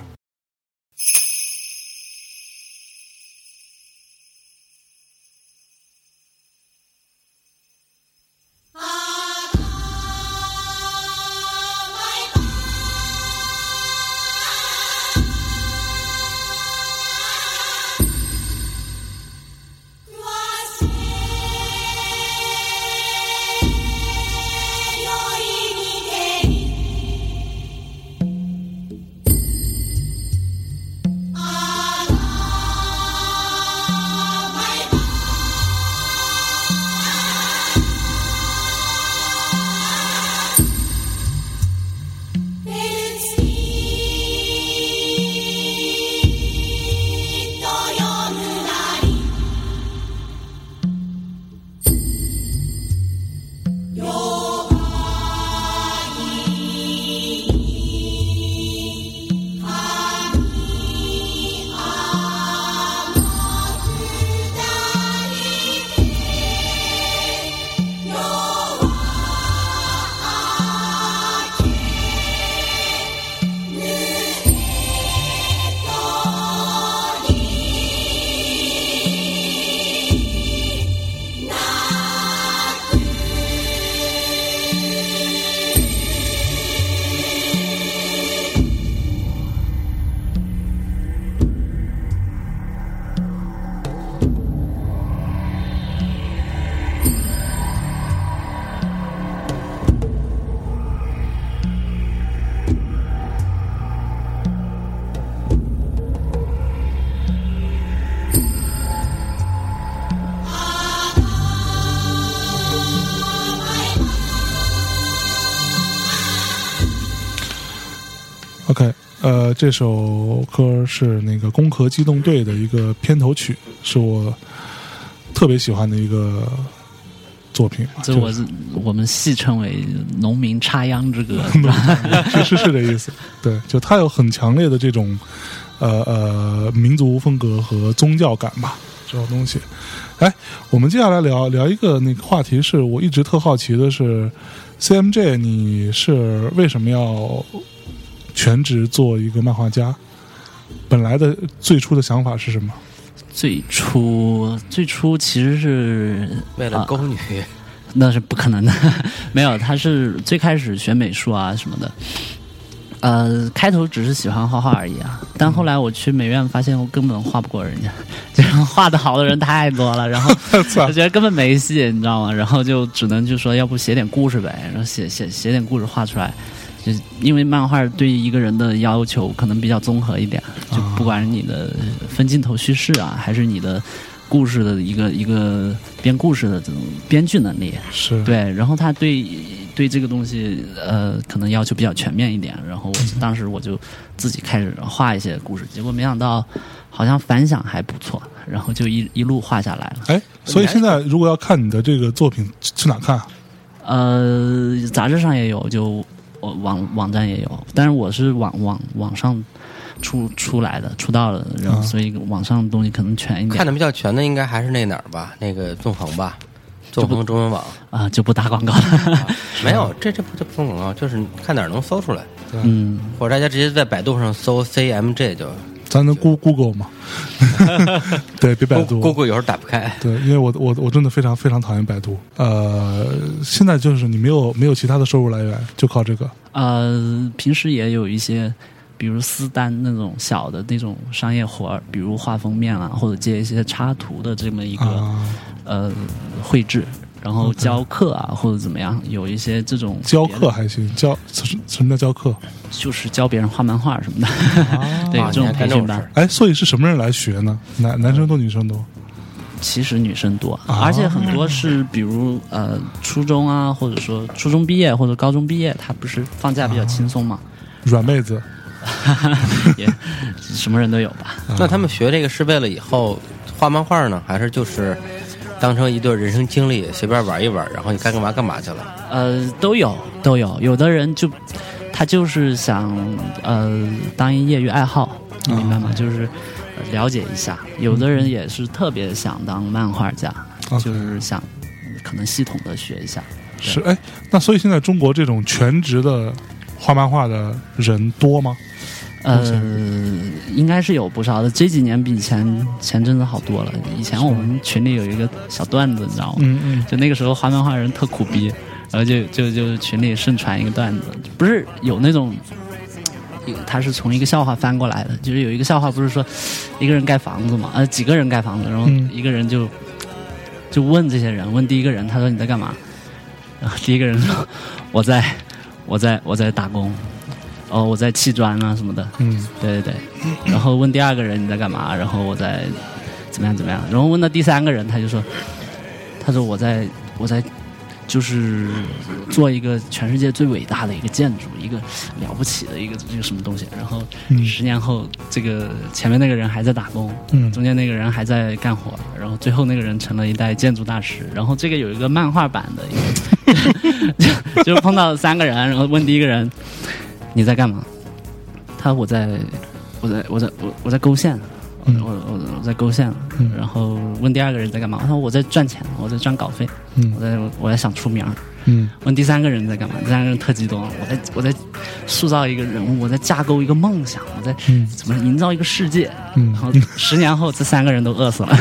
OK， 呃，这首歌是那个《攻壳机动队》的一个片头曲，是我特别喜欢的一个作品。 这我是我们戏称为农民插秧之歌， 其实是这意思。对，就它有很强烈的这种呃呃民族风格和宗教感吧，这种东西。哎，我们接下来聊聊一个那个话题，是我一直特好奇的是 ，C M J 你是为什么要全职做一个漫画家？本来的最初的想法是什么？ 最初最初其实是为了勾女、 啊，那是不可能的。没有，他是最开始学美术啊什么的。呃，开头只是喜欢画画而已啊，但后来我去美院发现我根本画不过人家，就是画的好的人太多了，然后我觉得根本没戏，你知道吗？然后就只能就说要不写点故事呗，然后写写写点故事画出来。就因为漫画对一个人的要求可能比较综合一点，就不管是你的分镜头叙事啊，还是你的故事的一个一个编故事的这种编剧能力， 是对，然后他对对这个东西呃可能要求比较全面一点，然后我当时我就自己开始画一些故事，结果没想到好像反响还不错，然后就一一路画下来了。 哎，所以现在如果要看你的这个作品去哪看？ 呃，杂志上也有，就网网站也有，但是我是网网网上出出来的出道了，然后所以网上的东西可能全一点。 看的比较全的应该还是那哪儿吧，那个纵横吧，纵横中文网啊，就不打广告了。 啊、没有，这这不这不送广告，就是看哪儿能搜出来。 嗯， 或者大家直接在百度上搜 C M J 就。 咱能 Google 吗？对，别百度 ，Google 有时候打不开。 对，因为我我我真的非常非常讨厌百度。呃，现在就是你没有没有其他的收入来源，就靠这个。 呃，平时也有一些，比如私单那种小的那种商业活儿，比如画封面啊，或者接一些插图的这么一个、啊、呃绘制。然后教课啊， okay. 或者怎么样，有一些这种教课还行，教什么叫教课？ 就是教别人画漫画什么的，啊、对，有这种培训班。 哎，所以是什么人来学呢？男男生多，女生多？ 其实女生多，啊、而且很多是比如呃初中啊，或者说初中毕业或者高中毕业，他不是放假比较轻松嘛？ 啊、软妹子， 也什么人都有吧？ 啊、那他们学这个是为了以后画漫画呢，还是就是？当成一段人生经历，随便玩一玩，然后你该干嘛干嘛去了。 呃，都有都有，有的人就他就是想呃当一业余爱好，你明白吗？嗯、就是了解一下。有的人也是特别想当漫画家，嗯、就是想可能系统的学一下。 是哎，那所以现在中国这种全职的画漫画的人多吗？ 呃，应该是有不少的，这几年比以前前阵子好多了。以前我们群里有一个小段子，你知道吗？ 嗯嗯， 就那个时候画漫画人特苦逼，然后就就就群里盛传一个段子，不是有那种，有他是从一个笑话翻过来的，就是有一个笑话不是说一个人盖房子嘛，呃几个人盖房子，然后一个人就就问这些人，问第一个人，他说你在干嘛？然后第一个人说我在我在我在打工。哦，我在砌砖啊什么的， 嗯， 对对对。然后问第二个人你在干嘛？然后我在怎么样怎么样？然后问到第三个人，他就说，他说我在我在就是做一个全世界最伟大的一个建筑，一个了不起的一个一个什么东西。然后十年后，这个前面那个人还在打工， 嗯， 中间那个人还在干活，然后最后那个人成了一代建筑大师。然后这个有一个漫画版的一个，就, 就碰到三个人，然后问第一个人。你在干嘛？他我在，我在我在我我在勾线， 嗯、 我我我在勾线。 嗯、 然后问第二个人在干嘛？他说我在赚钱，我在赚稿费。 嗯、 我在我在想出名。 嗯。 问第三个人在干嘛？第三个人特激动，我在我在塑造一个人物，我在架构一个梦想，我在怎么营造一个世界。 嗯。 然后十年后，这三个人都饿死了。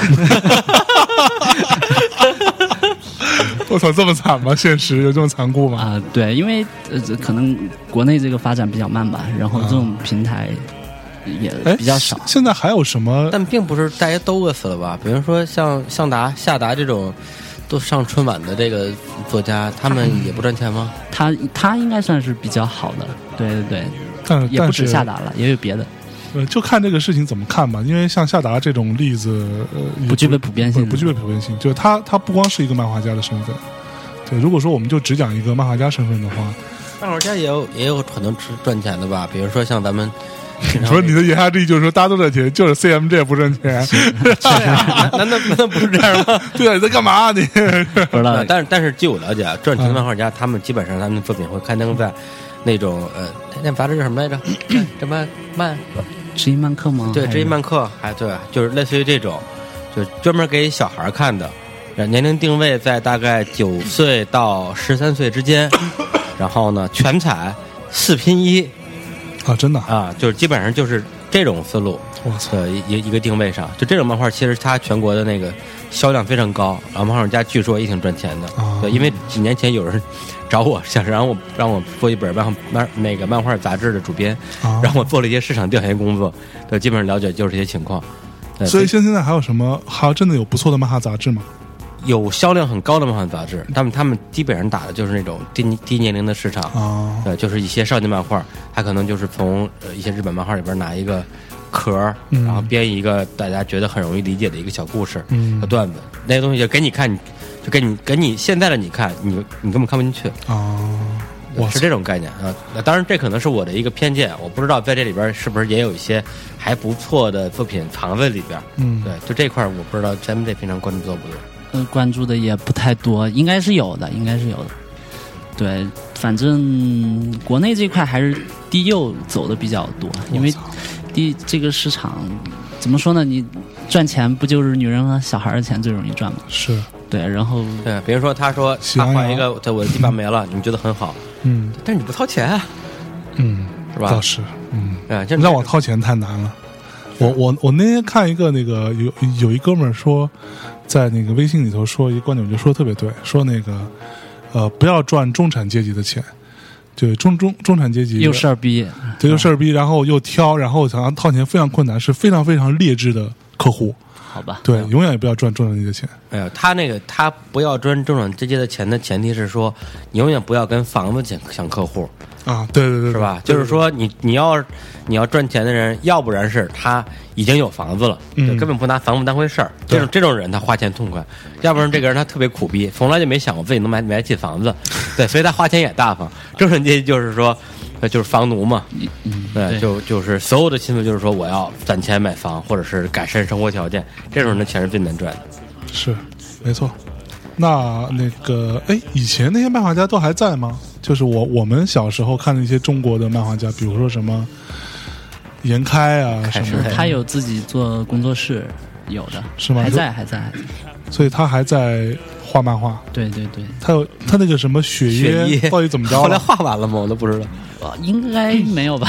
我操，这么惨吗？现实有这么残酷吗？ 啊、呃，对，因为呃，可能国内这个发展比较慢吧，然后这种平台也比较少。 现在还有什么？ 但并不是大家都饿死了吧？比如说像向达、夏达这种都上春晚的这个作家，他们也不赚钱吗？ 他他应该算是比较好的，对对对， 但是也不止夏达了，也有别的。 呃，就看这个事情怎么看吧，因为像夏达这种例子，呃， 不具备普遍性， 不具备普遍性，就是他他不光是一个漫画家的身份，对，如果说我们就只讲一个漫画家身份的话， 漫画家也有也有很能赚钱的吧，比如说像咱们。 你说你的言下之意就是说大家都赚钱，就是 C M J 不赚钱？ 难道难道不是这样吗？ 对啊，你在干嘛、啊、你？ 不知道， 但是但是据我了解，赚钱的漫画家、嗯、他们基本上他们的作品会刊登在那种呃，那杂志叫什么来着？什么漫？ 知音漫客吗？ 对，知音漫客，还对，就是类似于这种，就专门给小孩看的，年龄定位在大概九岁到十三岁之间，然后呢，全彩四拼一。 啊，真的啊，就是基本上就是这种思路， 我操， 一一个定位上，就这种漫画，其实它全国的那个销量非常高，然后漫画家据说也挺赚钱的， 啊、 对，因为几年前有人找我，想让我让我做一本漫漫那个漫画杂志的主编， 啊、 让我做了一些市场调研工作，对，基本上了解就是这些情况。 所以现在还有什么？还有真的有不错的漫画杂志吗？ 有销量很高的漫画杂志，他们他们基本上打的就是那种低低年龄的市场啊， 对，就是一些少年漫画，他可能就是从呃一些日本漫画里边拿一个壳， 嗯、 然后编一个大家觉得很容易理解的一个小故事和、 嗯、 段子，那些东西就给你看，就给你给你现在的你看，你你根本看不进去啊，我是这种概念啊。那当然这可能是我的一个偏见，我不知道在这里边是不是也有一些还不错的作品藏在里边， 嗯， 对，就这块我不知道咱们这平常关注多不多。 呃，关注的也不太多，应该是有的，应该是有的。对，反正国内这块还是低幼走的比较多，因为低这个市场怎么说呢？你赚钱不就是女人和小孩的钱最容易赚吗？ 是， 对，然后对，比如说他说他画一个，我的地板没了，你觉得很好， 嗯， 但是你不掏钱啊， 嗯， 是吧？ 倒是，嗯， 对，就让我掏钱太难了。我我我那天看一个那个有有一哥们儿说，在那个微信里头说一个观点，我觉得说的特别对，说那个呃不要赚中产阶级的钱，就中中中产阶级又事儿逼， 对，又事儿逼，然后又挑，然后想要掏钱非常困难，是非常非常劣质的客户。 好吧， 对，永远也不要赚中产阶级的钱。 哎呀，他那个他不要赚中产阶级的钱的前提是说，你永远不要跟房子抢抢客户啊，对对对， 是吧？ 对对对， 就是说你你要你要赚钱的人，要不然是他已经有房子了， 嗯、 就根本不拿房子当回事儿，这种这种人他花钱痛快；要不然这个人他特别苦逼，从来就没想过自己能买买得起房子，对，所以他花钱也大方。中产阶级就是说。就是房奴嘛， 嗯， 对，对就就是所有的心思就是说我要攒钱买房，或者是改善生活条件，这种人的钱是最难赚的。 是，没错。那那个，哎，以前那些漫画家都还在吗？就是我我们小时候看的一些中国的漫画家，比如说什么严开啊什么的， 他有自己做工作室，有的是吗？ 还在，还在，还在。 所以他还在画漫画。 对对对， 他有他那个什么血液到底怎么着？ 后来画完了吗？我都不知道。 应该没有吧？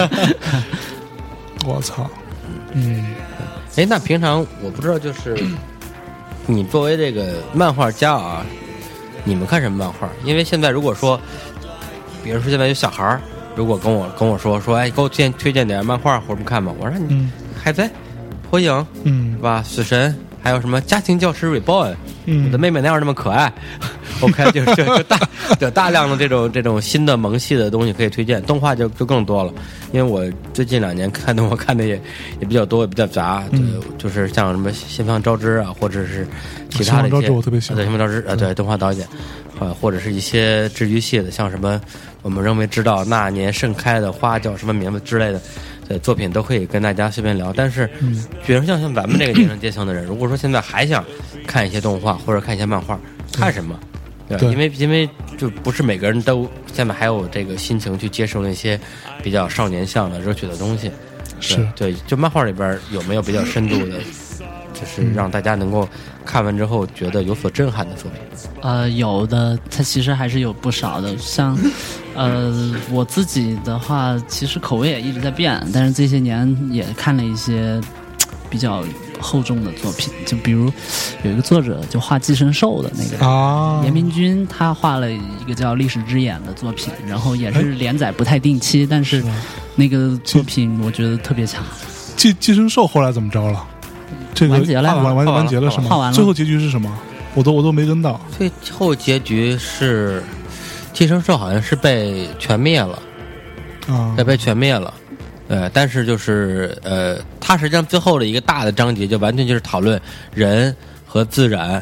我操！嗯， 哎，那平常我不知道，就是你作为这个漫画家啊，你们看什么漫画？因为现在如果说，比如说现在有小孩儿，如果跟我跟我说说，哎，给我推荐推荐点漫画或者看吧，我说你、嗯、海贼、火影， 嗯， 是吧？死神，还有什么家庭教师 Reborn， 嗯， 我的妹妹哪有那么可爱？OK， 就就就大有大量的这种这种新的萌系的东西可以推荐，动画就就更多了。因为我最近两年看动画看的也也比较多，也比较杂， 嗯、 就就是像什么新方招之啊，或者是其他的一些。新方招之我特别喜欢。 对，新方招之啊，对，动画导演，呃，或者是一些治愈系的，像什么我们认为知道那年盛开的花叫什么名字之类的。的作品都可以跟大家随便聊，但是， 嗯， 比如像像咱们这个年龄阶层的人，如果说现在还想看一些动画或者看一些漫画，看什么？对， 对， 因为因为就不是每个人都现在还有这个心情去接受那些比较少年向的热血的东西。 是， 对，就漫画里边有没有比较深度的，就是让大家能够看完之后觉得有所震撼的作品？ 呃，有的，它其实还是有不少的，像。呃，我自己的话，其实口味也一直在变，但是这些年也看了一些比较厚重的作品，就比如有一个作者就画寄生兽的那个啊， 严明君，他画了一个叫《历史之眼》的作品，然后也是连载不太定期，但是那个作品我觉得特别强。 寄寄生兽后来怎么着了？这个完结了， 完完完结了是吗？ 画完了， 最后结局是什么？我都我都没跟到。 最后结局是。寄生兽好像是被全灭了， 啊， 被被全灭了，呃，但是就是呃，它实际上最后的一个大的章节就完全就是讨论人和自然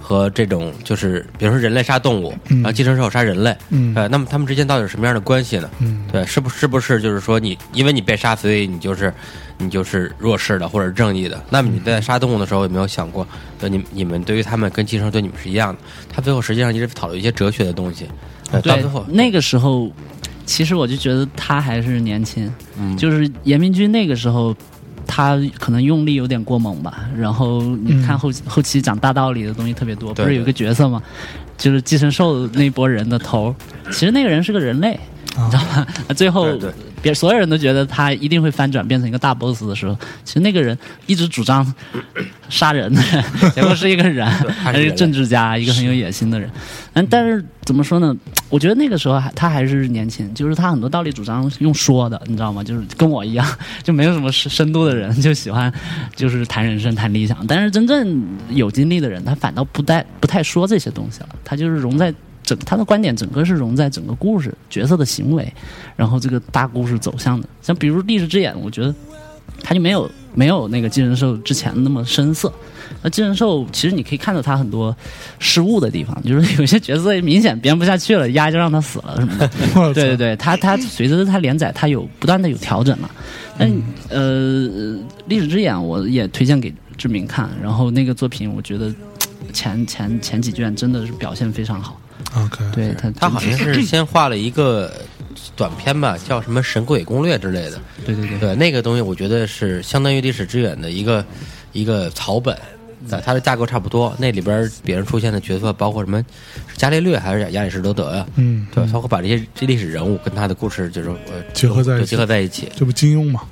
和这种就是比如说人类杀动物， 嗯然后寄生兽杀人类， 嗯呃，那么他们之间到底是什么样的关系呢？ 嗯对，是不是不是就是说你因为你被杀，所以你就是你就是弱势的或者正义的？那么你在杀动物的时候有没有想过，对你你们对于他们跟寄生兽对你们是一样的？他最后实际上一直讨论一些哲学的东西，呃、到对最后那个时候，其实我就觉得他还是年轻， 嗯就是严明君那个时候。他可能用力有点过猛吧，然后你看后、嗯、后期讲大道理的东西特别多，不是有个角色吗？就是寄生兽那波人的头，其实那个人是个人类，啊、你知道吗？最后别所有人都觉得他一定会翻转变成一个大 boss 的时候，其实那个人一直主张杀人的人，结果是一个人，还是一个政治家，一个很有野心的人。嗯，但是怎么说呢？我觉得那个时候还他还是年轻，就是他很多道理主张用说的，你知道吗？就是跟我一样，就没有什么深度的人就喜欢就是谈人生、谈理想。但是真正有经历的人，他反倒不太不太说这些东西了，他就是融在整他的观点，整个是融在整个故事角色的行为，然后这个大故事走向的。像比如《历史之眼》，我觉得他就没有没有那个寄生兽之前那么深色。那寄生兽其实你可以看到他很多失误的地方，就是有些角色明显编不下去了，压就让他死了什么的。对对对，他他随着他连载，他有不断的有调整了。但呃，《历史之眼》我也推荐给志明看，然后那个作品我觉得前前前几卷真的是表现非常好。 OK， 对他他好像是先画了一个短片吧，叫什么《神鬼攻略》之类的。 对对对， 对那个东西，我觉得是相当于《历史之远》的一个一个草本。对，它的架构差不多，那里边别人出现的角色包括什么，是伽利略还是亚里士多德呀、啊？ 嗯， 对，他会把这些这历史人物跟他的故事就是呃结合在一起， 结合在一起， 这不金庸吗？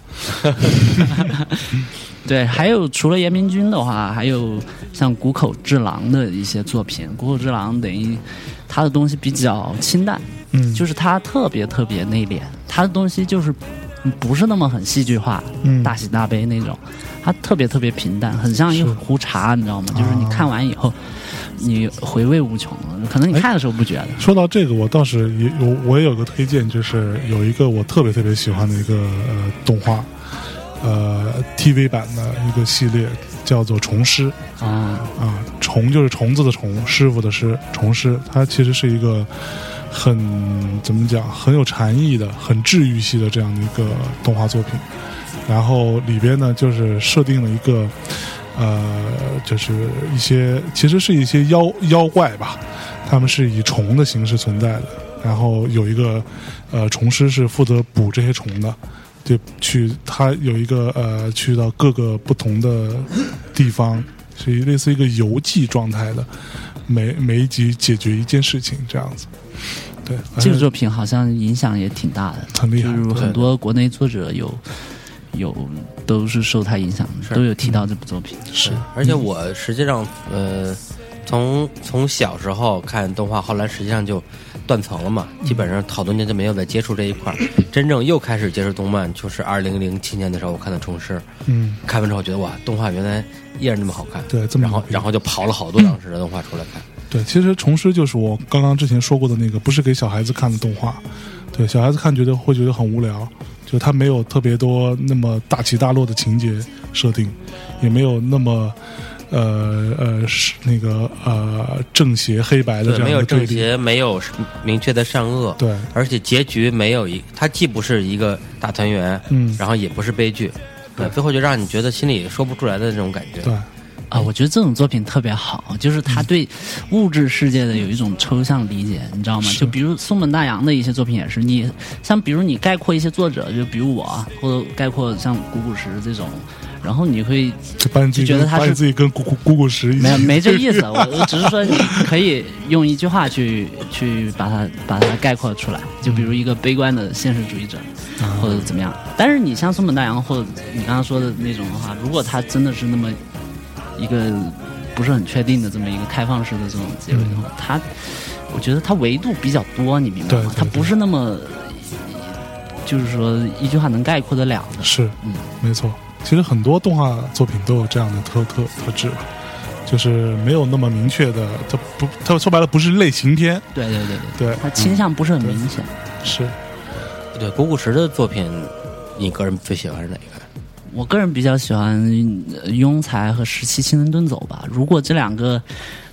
对，还有除了严明君的话，还有像谷口治郎的一些作品。谷口治郎等于他的东西比较清淡， 嗯， 就是他特别特别内敛，他的东西就是不是那么很戏剧化， 嗯， 大喜大悲那种，他特别特别平淡，很像一壶茶，你知道吗？就是你看完以后，你回味无穷。可能你看的时候不觉得。 说到这个，我倒是也有，我也有个推荐，就是有一个我特别特别喜欢的一个呃动画。呃 ，T V 版的一个系列叫做《虫师》 啊啊，虫就是虫子的虫，师傅的师，虫师。它其实是一个很怎么讲，很有禅意的、很治愈系的这样的一个动画作品。然后里边呢，就是设定了一个呃，就是一些其实是一些妖妖怪吧，他们是以虫的形式存在的。然后有一个呃虫师是负责捕这些虫的。就去，他有一个呃，去到各个不同的地方，是类似一个游记状态的，每每一集解决一件事情这样子。对， 这个作品好像影响也挺大的， 很厉害， 就是很多国内作者有有都是受他影响，都有提到这部作品。 是，而且我实际上呃，从从小时候看动画，后来实际上就断层了嘛，基本上好多年就没有再接触这一块。真正又开始接触动漫，就是二零零七年的时候，我看的《虫师》。嗯，看完之后觉得哇，动画原来依然那么好看。 对，这么然后然后就刨了好多当时的动画出来看。 对，其实《虫师》就是我刚刚之前说过的那个，不是给小孩子看的动画。对，小孩子看觉得会觉得很无聊，就它没有特别多那么大起大落的情节设定，也没有那么。呃呃，是那个呃正邪黑白的这样的没有正邪，没有明确的善恶， 对， 而且结局没有一，它既不是一个大团圆， 嗯， 然后也不是悲剧，对，最后就让你觉得心里说不出来的那种感觉， 对。 啊，我觉得这种作品特别好，就是他对物质世界的有一种抽象理解，你知道吗？就比如松本大洋的一些作品也是，你像比如你概括一些作者，就比如我，或者概括像古古石这种，然后你会就觉得他是自己跟古古古古石一没有没这意思，我我只是说你可以用一句话去去把它把它概括出来，就比如一个悲观的现实主义者， 嗯、 或者怎么样。但是你像松本大洋或者你刚刚说的那种的话，如果他真的是那么一个不是很确定的这么一个开放式的这种结尾的话，它我觉得它维度比较多，你明白吗？它不是那么就是说一句话能概括得了的。 是，嗯，没错。其实很多动画作品都有这样的特特特质，就是没有那么明确的，它不，它说白了不是类型片。 对对对对， 它倾向不是很明显。 嗯、是， 对古古石的作品，你个人最喜欢是哪个？ 我个人比较喜欢庸才和十七青灯遁走吧。如果这两个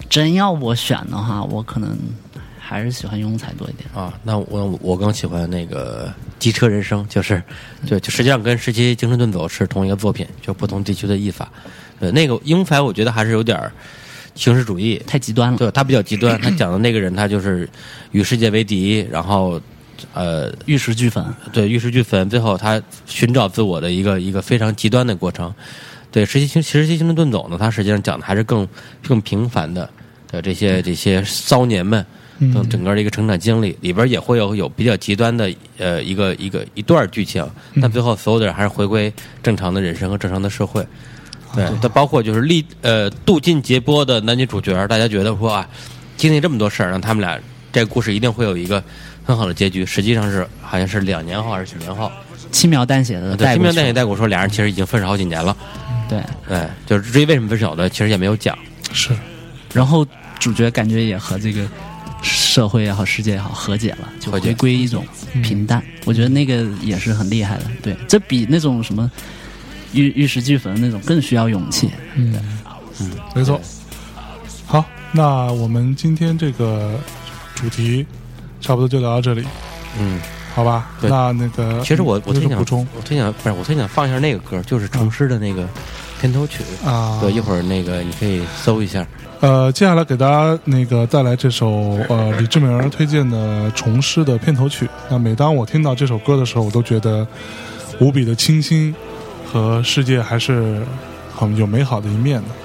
真要我选的话，我可能还是喜欢庸才多一点啊。那我我更喜欢那个机车人生，就是就就实际上跟十七精神遁走是同一个作品，就不同地区的译法。对，那个庸才我觉得还是有点形式主义， 太极端了。 对，他比较极端，他讲的那个人他就是与世界为敌，然后呃玉石俱焚， 对，玉石俱焚，最后他寻找自我的一个一个非常极端的过程。对，实际其实精神遁走呢，它实际上讲的还是更更平凡的的这些这些骚年们，等整个的一个成长经历，里边也会有有比较极端的呃一个一个一段剧情，但最后所有的人还是回归正常的人生和正常的社会。对，它包括就是历呃渡尽劫波的男女主角，大家觉得说啊，经历这么多事儿，让他们俩这个故事一定会有一个很好的结局，实际上是好像是两年后还是几年后， 轻描淡写的对，轻描淡写带过说俩人其实已经分手好几年了。 对， 对，就是至于为什么分手的，其实也没有讲。 是， 然后主角感觉也和这个社会也好，世界也好和解了，就回归一种平淡。我觉得那个也是很厉害的。对，这比那种什么玉玉石俱焚那种更需要勇气。 嗯嗯，没错。好，那我们今天这个主题差不多就聊到这里。 嗯。 好吧，那那个， 其实我我特想补充， 我特想不是，我特想放一下那个歌，就是《虫师》的那个片头曲啊。 对，一会儿那个你可以搜一下。 呃，接下来给大家那个带来这首呃李志明推荐的《虫师》的片头曲。那每当我听到这首歌的时候，我都觉得无比的清新，和世界还是很有美好的一面的。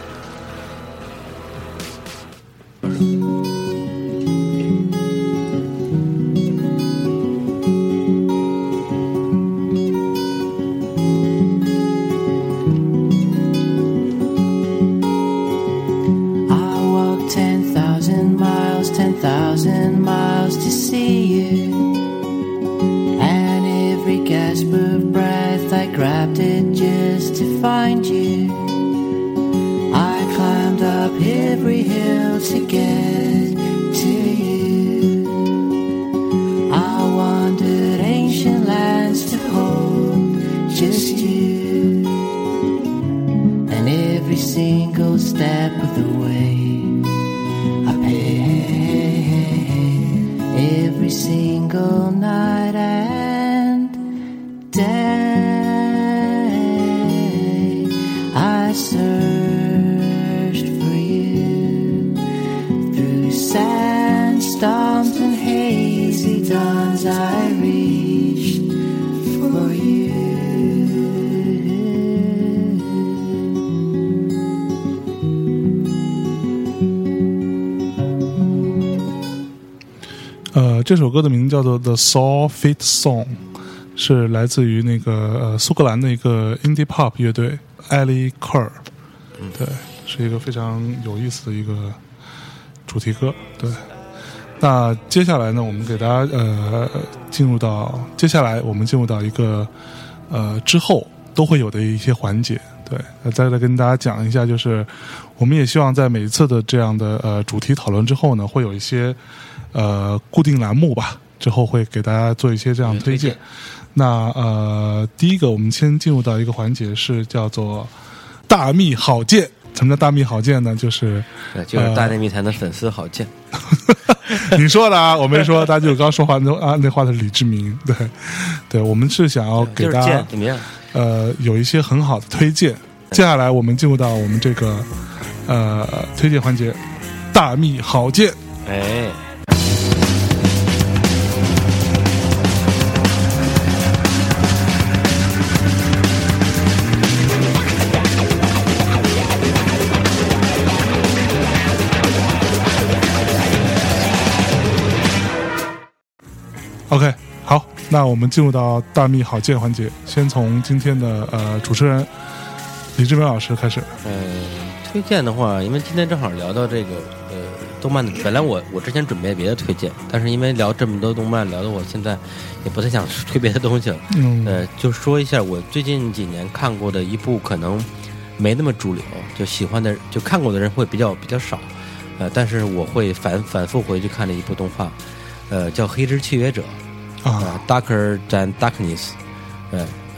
呃，这首歌的名字叫做《The Soul Fit Song》，是来自于那个呃苏格兰的一个 indie pop 乐队 Ellie Kerr。对，是一个非常有意思的一个主题歌。对，那接下来呢，我们给大家呃进入到接下来我们进入到一个呃之后都会有的一些环节。对，那再来跟大家讲一下，就是我们也希望在每一次的这样的呃主题讨论之后呢，会有一些呃固定栏目吧，之后会给大家做一些这样的推荐。那呃，第一个我们先进入到一个环节，是叫做大秘好见。什么叫大秘好见呢？就是对，就是大内密谈的粉丝好见。 呃、你说的啊，我没说。大家就刚说话那啊，那话的李志明。对，对，我们是想要给大家怎么样？ 呃，有一些很好的推荐。接下来我们进入到我们这个呃推荐环节，大秘好见。 哎。 OK， 好，那我们进入到大秘好见环节，先从今天的呃主持人李志明老师开始。 呃，推荐的话，因为今天正好聊到这个呃动漫的，本来我我之前准备别的推荐，但是因为聊这么多动漫，聊得我现在也不太想推别的东西了。 嗯， 呃，就说一下我最近几年看过的一部可能没那么主流，就喜欢的就看过的人会比较比较少，呃，但是我会反反复回去看的一部动画。呃，叫《黑之契约者》 啊 ，Darker Than Darkness，对，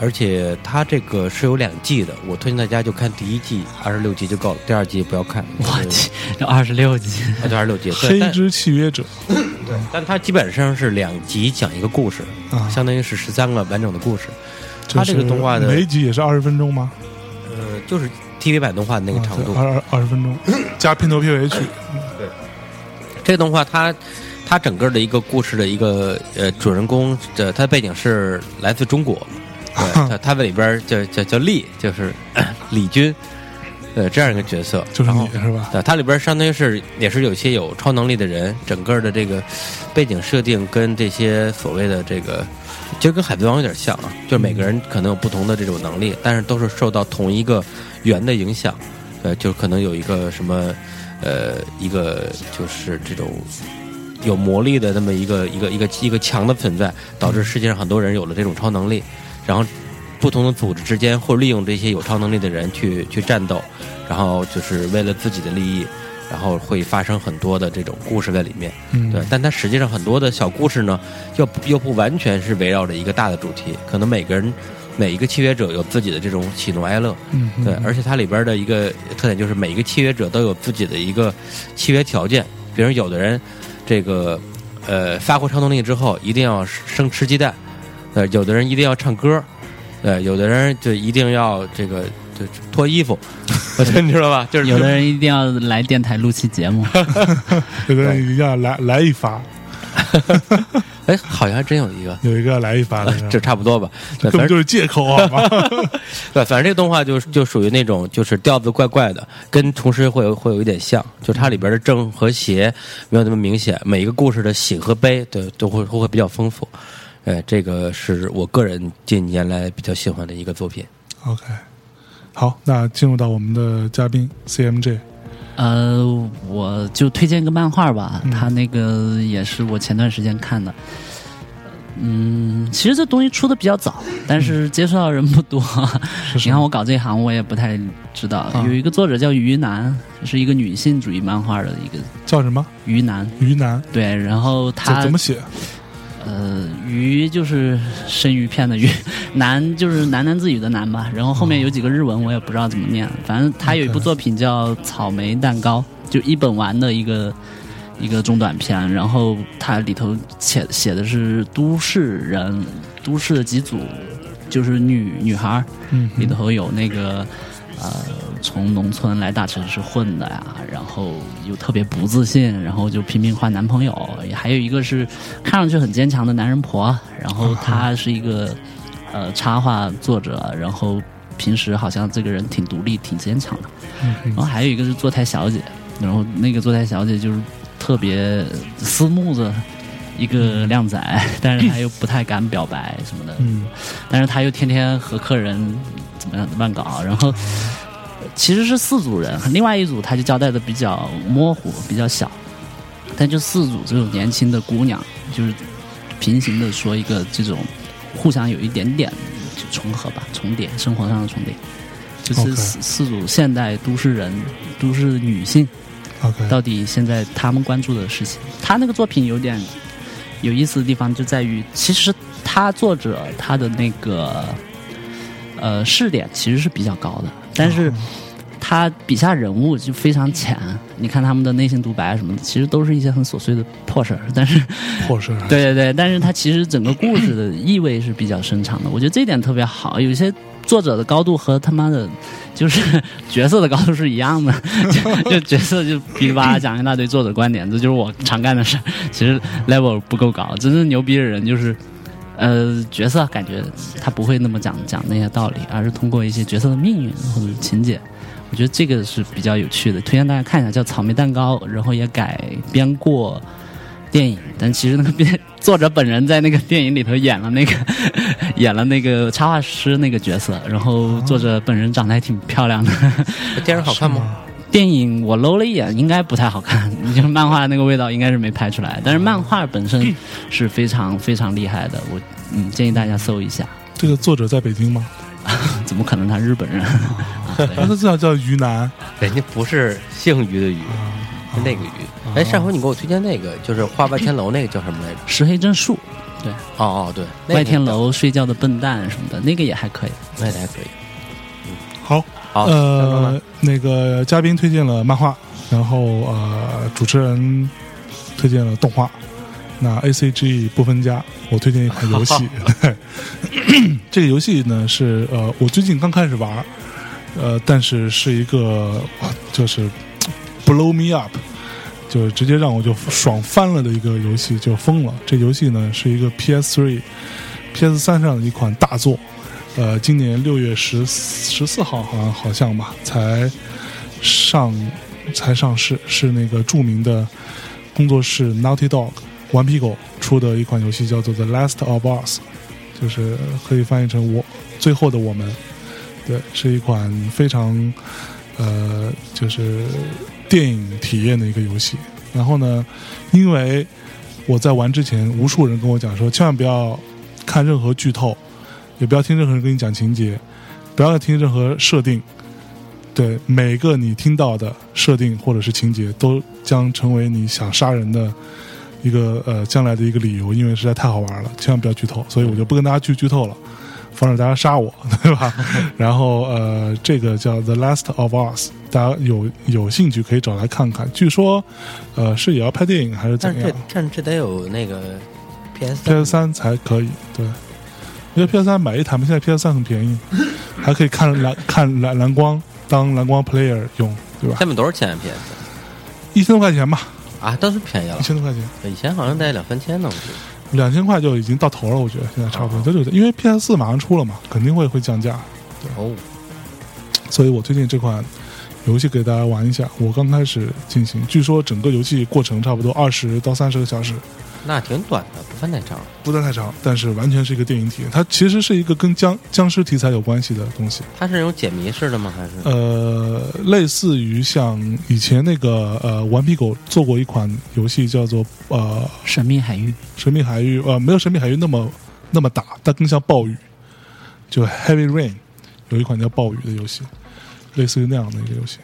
而且它这个是有两季的，我推荐大家就看第一季二十六集就够了，第二季不要看。 我去，这二十六集， 啊，就二十六集。 黑之契约者， 对，但它基本上是两集讲一个故事， 啊， 相当于是十三个完整的故事。它这个动画的每一集也是二十分钟吗？ 呃，就是 T V 版动画的那个长度， 二二二十分钟，加片头片尾曲。 对，这个动画它它整个的一个故事的一个呃主人公的他的背景是来自中国，对，他他在里边叫叫叫李，就是李军，呃这样一个角色， 就是你是吧？ 对，它里边相当于是也是有些有超能力的人，整个的这个背景设定跟这些所谓的这个。其实跟海贼王有点像啊，就是每个人可能有不同的这种能力，但是都是受到同一个源的影响，呃，就可能有一个什么，呃，一个就是这种有魔力的那么一个一个一个一个强的存在，导致世界上很多人有了这种超能力，然后不同的组织之间会利用这些有超能力的人去去战斗，然后就是为了自己的利益。然后会发生很多的这种故事在里面， 嗯， 对，但它实际上很多的小故事呢，又又不完全是围绕着一个大的主题，可能每个人每一个契约者有自己的这种喜怒哀乐， 嗯， 对，而且它里边的一个特点就是每一个契约者都有自己的一个契约条件，比如有的人这个呃发过超能力之后一定要生吃鸡蛋，呃，有的人一定要唱歌，呃，有的人就一定要这个就脱衣服。你知道吧？就是有的人一定要来电台录期节目， 有的人一定要来来一发。 哎，好像还真有一个， 有一个来一发的， 这差不多吧？ 根本就是借口好吗？ 对，反正这个动画就就属于那种就是调子怪怪的，跟虫师会有会有一点像，就它里边的正和邪没有那么明显，每一个故事的喜和悲对都会都会比较丰富。哎，这个是我个人近年来比较喜欢的一个作品。 OK。好，那进入到我们的嘉宾 C M J。 呃，我就推荐一个漫画吧， 嗯、 他那个也是我前段时间看的。嗯，其实这东西出的比较早，但是接触到的人不多。 你看我搞这行，我也不太知道。 啊、 有一个作者叫于南，是一个女性主义漫画的一个。 叫什么？ 于南。 于南。 对，然后他怎么写？ 呃，鱼就是生鱼片的鱼，南就是喃喃自语的喃吧。然后后面有几个日文我也不知道怎么念，反正他有一部作品叫《草莓蛋糕》，就一本丸的一个一个中短篇。然后它里头写写的是都市人，都市的几组，就是女女孩， 嗯， 里头有那个呃从农村来大城市混的呀，然后又特别不自信，然后就拼命换男朋友。也还有一个是看上去很坚强的男人婆，然后他是一个呃插画作者，然后平时好像这个人挺独立挺坚强的。然后还有一个是坐台小姐，然后那个坐台小姐就是特别私募的一个靓仔，但是他又不太敢表白什么的， 嗯， 但是他又天天和客人怎么样乱搞，然后其实是四组人，另外一组他就交代的比较模糊比较小，但就四组这种年轻的姑娘，就是平行的说一个这种互相有一点点重合吧，重叠，生活上的重叠，就是四, okay. 四组现代都市人，都市女性 ，okay. 到底现在他们关注的事情。他那个作品有点有意思的地方就在于，其实他作者他的那个呃视点其实是比较高的，但是他笔下人物就非常浅。你看他们的内心独白什么的，其实都是一些很琐碎的破事儿，但是破事儿， 对对对，但是他其实整个故事的意味是比较深长的。我觉得这一点特别好。有些作者的高度和他妈的，就是角色的高度是一样的，就, 就角色就噼里啪啦讲一大堆作者观点，这就是我常干的事。其实 level 不够高，真正牛逼的人就是，呃，角色感觉他不会那么讲讲那些道理，而是通过一些角色的命运或者情节。我觉得这个是比较有趣的，推荐大家看一下，叫《草莓蛋糕》，然后也改编过电影，但其实那个编作者本人在那个电影里头演了那个演了那个插画师那个角色，然后作者本人长得还挺漂亮的。 电影好看吗？ 电影我搂了一眼，应该不太好看，就是漫画那个味道应该是没拍出来，但是漫画本身是非常非常厉害的，我嗯建议大家搜一下。 这个作者在北京吗？ 怎么可能？他日本人。 他这叫叫于南， 人家不是姓于的于， 是那个鱼。哎，上回你给我推荐那个，就是画外天楼那个叫什么来着？ 石黑正树。对， 哦哦对，那个、 外天楼睡觉的笨蛋什么的，那个也还可以， 那个还可以。 嗯，好， 好， 呃，那个嘉宾推荐了漫画，然后呃，主持人推荐了动画。那 A C G 不分家，我推荐一款游戏。这个游戏呢是呃，我最近刚开始玩，呃，但是是一个就是 blow me up。就直接让我就爽翻了的一个游戏，就疯了。这游戏呢是一个 P S 三、P S 三上的一款大作，呃，今年六月十十四号好像好像吧，才上才上市，是那个著名的工作室 Naughty Dog 顽皮狗出的一款游戏，叫做 The Last of Us， 就是可以翻译成我最后的我们。对，是一款非常呃，就是电影体验的一个游戏。然后呢，因为我在玩之前，无数人跟我讲说，千万不要看任何剧透，也不要听任何人跟你讲情节，不要听任何设定。对，每个你听到的设定或者是情节，都将成为你想杀人的一个呃将来的一个理由，因为实在太好玩了，千万不要剧透。所以我就不跟大家去剧透了，防止大家杀我，对吧？然后呃，这个叫 The Last of Us， 大家有有兴趣可以找来看看。据说，呃，是也要拍电影还是怎样？ 但是这但是这得有那个 P S P S 三才可以。对，因为 P S 三买一台嘛，现在 P S 三很便宜，还可以看蓝看蓝蓝光当蓝光 player 用，对吧？ 下面多少钱 P S？ 一千多块钱吧。 啊，倒是便宜了， 一千多块钱。 以前好像得两三千呢，我觉得。 两千块就已经到头了，我觉得现在差不多。这、哦、就因为 P S 四马上出了嘛，肯定会会降价。对哦，所以我推荐这款游戏给大家玩一下。我刚开始进行，据说整个游戏过程差不多二十到三十个小时， 那挺短的，不算太长， 不算太长，但是完全是一个电影体验。它其实是一个跟僵僵尸题材有关系的东西。 它是那种解谜式的吗？还是呃，类似于像以前那个呃顽皮狗做过一款游戏叫做呃神秘海域， 神秘海域呃没有神秘海域那么那么打，但更像暴雨，就 Heavy Rain 有一款叫暴雨的游戏，类似于那样的一个游戏。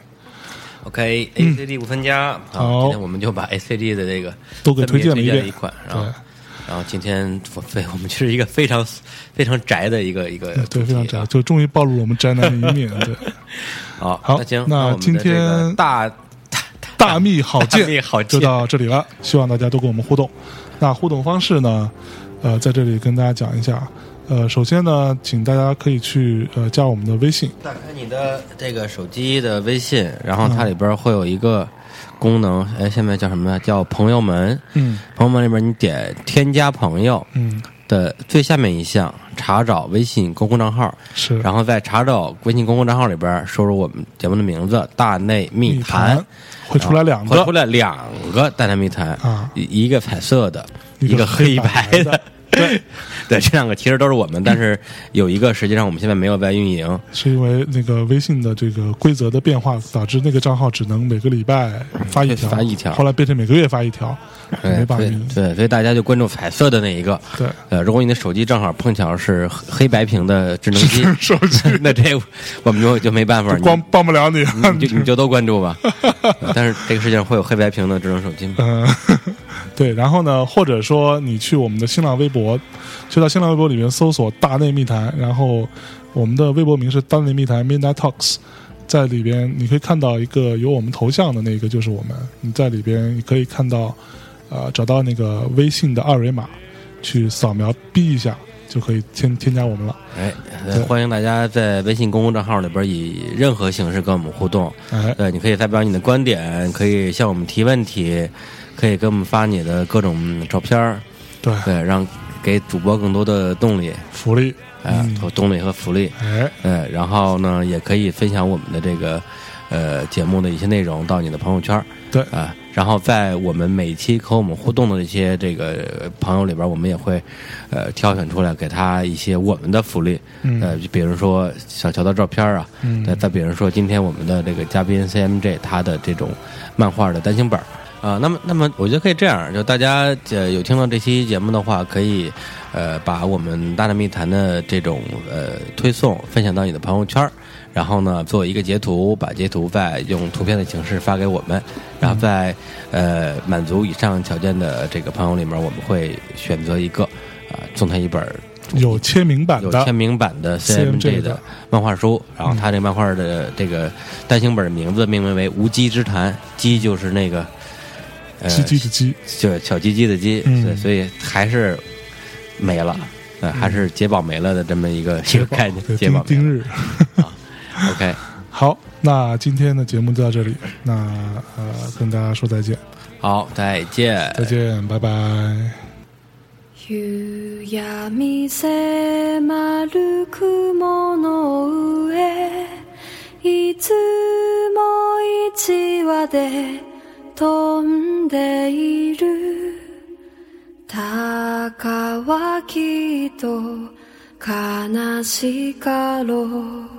OK，A C D 不分家。 好、嗯， 今天我们就把 A C D 的这个都给推荐了一遍一款，然后，然后今天非我们是一个非常非常宅的一个一个对，非常宅，就终于暴露了我们宅男的一面。对， 好， 好， 那行， 那今天大大秘好见大秘好见就到这里了，希望大家多跟我们互动。那互动方式呢？呃，在这里跟大家讲一下。呃，首先呢，请大家可以去呃加我们的微信， 打开你的这个手机的微信，然后它里边会有一个功能，哎、嗯，现在叫什么呢？叫朋友们。 嗯， 朋友们里边你点添加朋友， 嗯的最下面一项查找微信公共账号， 是， 然后在查找微信公共账号里边输入我们节目的名字“大内密谈”， 会出来两个， 会出来两个大内密谈啊， 一个彩色的， 一个黑白的。 对， 对，这两个其实都是我们，但是有一个实际上我们现在没有在运营， 是因为那个微信的这个规则的变化，导致那个账号只能每个礼拜发一条， 发一条， 后来变成每个月发一条，没办法运营。 对，所以大家就关注彩色的那一个。 对， 呃，如果你的手机正好碰巧是黑白屏的智能机， 手机那这我们就就没办法， 光帮不了你， 你就你就都关注吧。但是这个世界上会有黑白屏的智能手机吗？ 嗯。对，然后呢，或者说你去我们的新浪微博，去到新浪微博里面搜索大内密谈，然后我们的微博名是大内密谈 Midnight Talks， 在里边你可以看到一个有我们头像的那个就是我们，你在里边你可以看到呃找到那个微信的二维码，去扫描逼一下就可以添添加我们了。 哎，欢迎大家在微信公共账号里边以任何形式跟我们互动。 哎， 对，你可以发表你的观点，可以向我们提问题，可以给我们发你的各种照片， 对对，让给主播更多的动力、 福利， 哎、呃，动力和福利， 哎， 对，然后呢，也可以分享我们的这个呃节目的一些内容到你的朋友圈， 对啊、呃，然后在我们每期和我们互动的这些这个朋友里边，我们也会呃挑选出来给他一些我们的福利， 嗯、 呃，比如说小乔的照片啊， 嗯， 再比如说今天我们的这个嘉宾 C M J 他的这种漫画的单行本。啊、呃，那么，那么，我觉得可以这样，就大家呃有听到这期节目的话，可以呃把我们大内密谈的这种呃推送分享到你的朋友圈， 然后呢做一个截图，把截图再用图片的形式发给我们，然后在呃满足以上条件的这个朋友里面，我们会选择一个啊、呃、送他一本有签名版的有签名版的 C M J 的漫画书，然后他这漫画的这个单行本的名字命名为《无稽之谈》，鸡就是那个呃鸡鸡的鸡， 就小鸡鸡的鸡， 嗯， 所以还是没了，呃，还是解宝没了的这么一个一个概念，解宝丁日啊。OK， 好，那今天的节目就到这里，那呃跟大家说再见。 好，再见， 再见，拜拜。 夕闇迫る雲の上、いつも一羽で飛んでいる。鷹はきっと悲しかろう。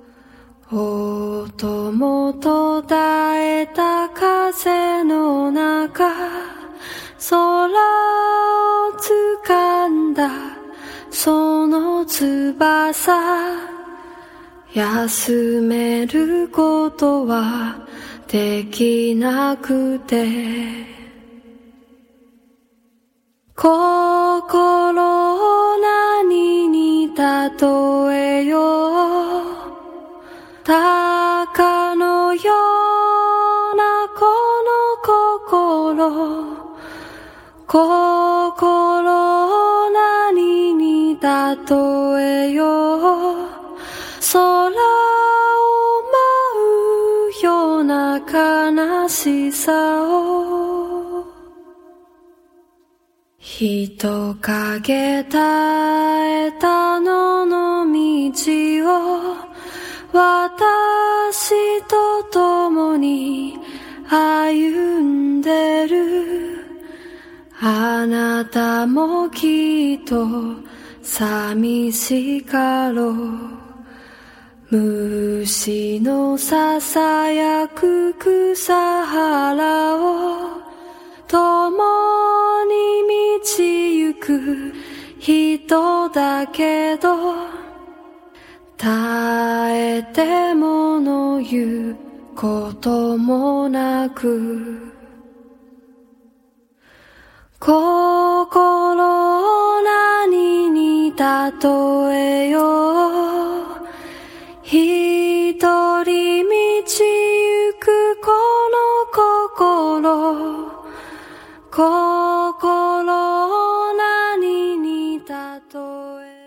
音も途絶えた風の中、空を掴んだその翼、休めることはできなくて、心を何に例えよう、鷹のようなこの心、心を何に例えよう、空を舞うような悲しさを、人影絶えた野の道を私と共に歩んでる。あなたもきっと寂しかろう。虫のささやく草原を共に道行く人だけど、耐えてもの言うこともなく、心を何に例えよう、一人道行くこの心、心を何に例え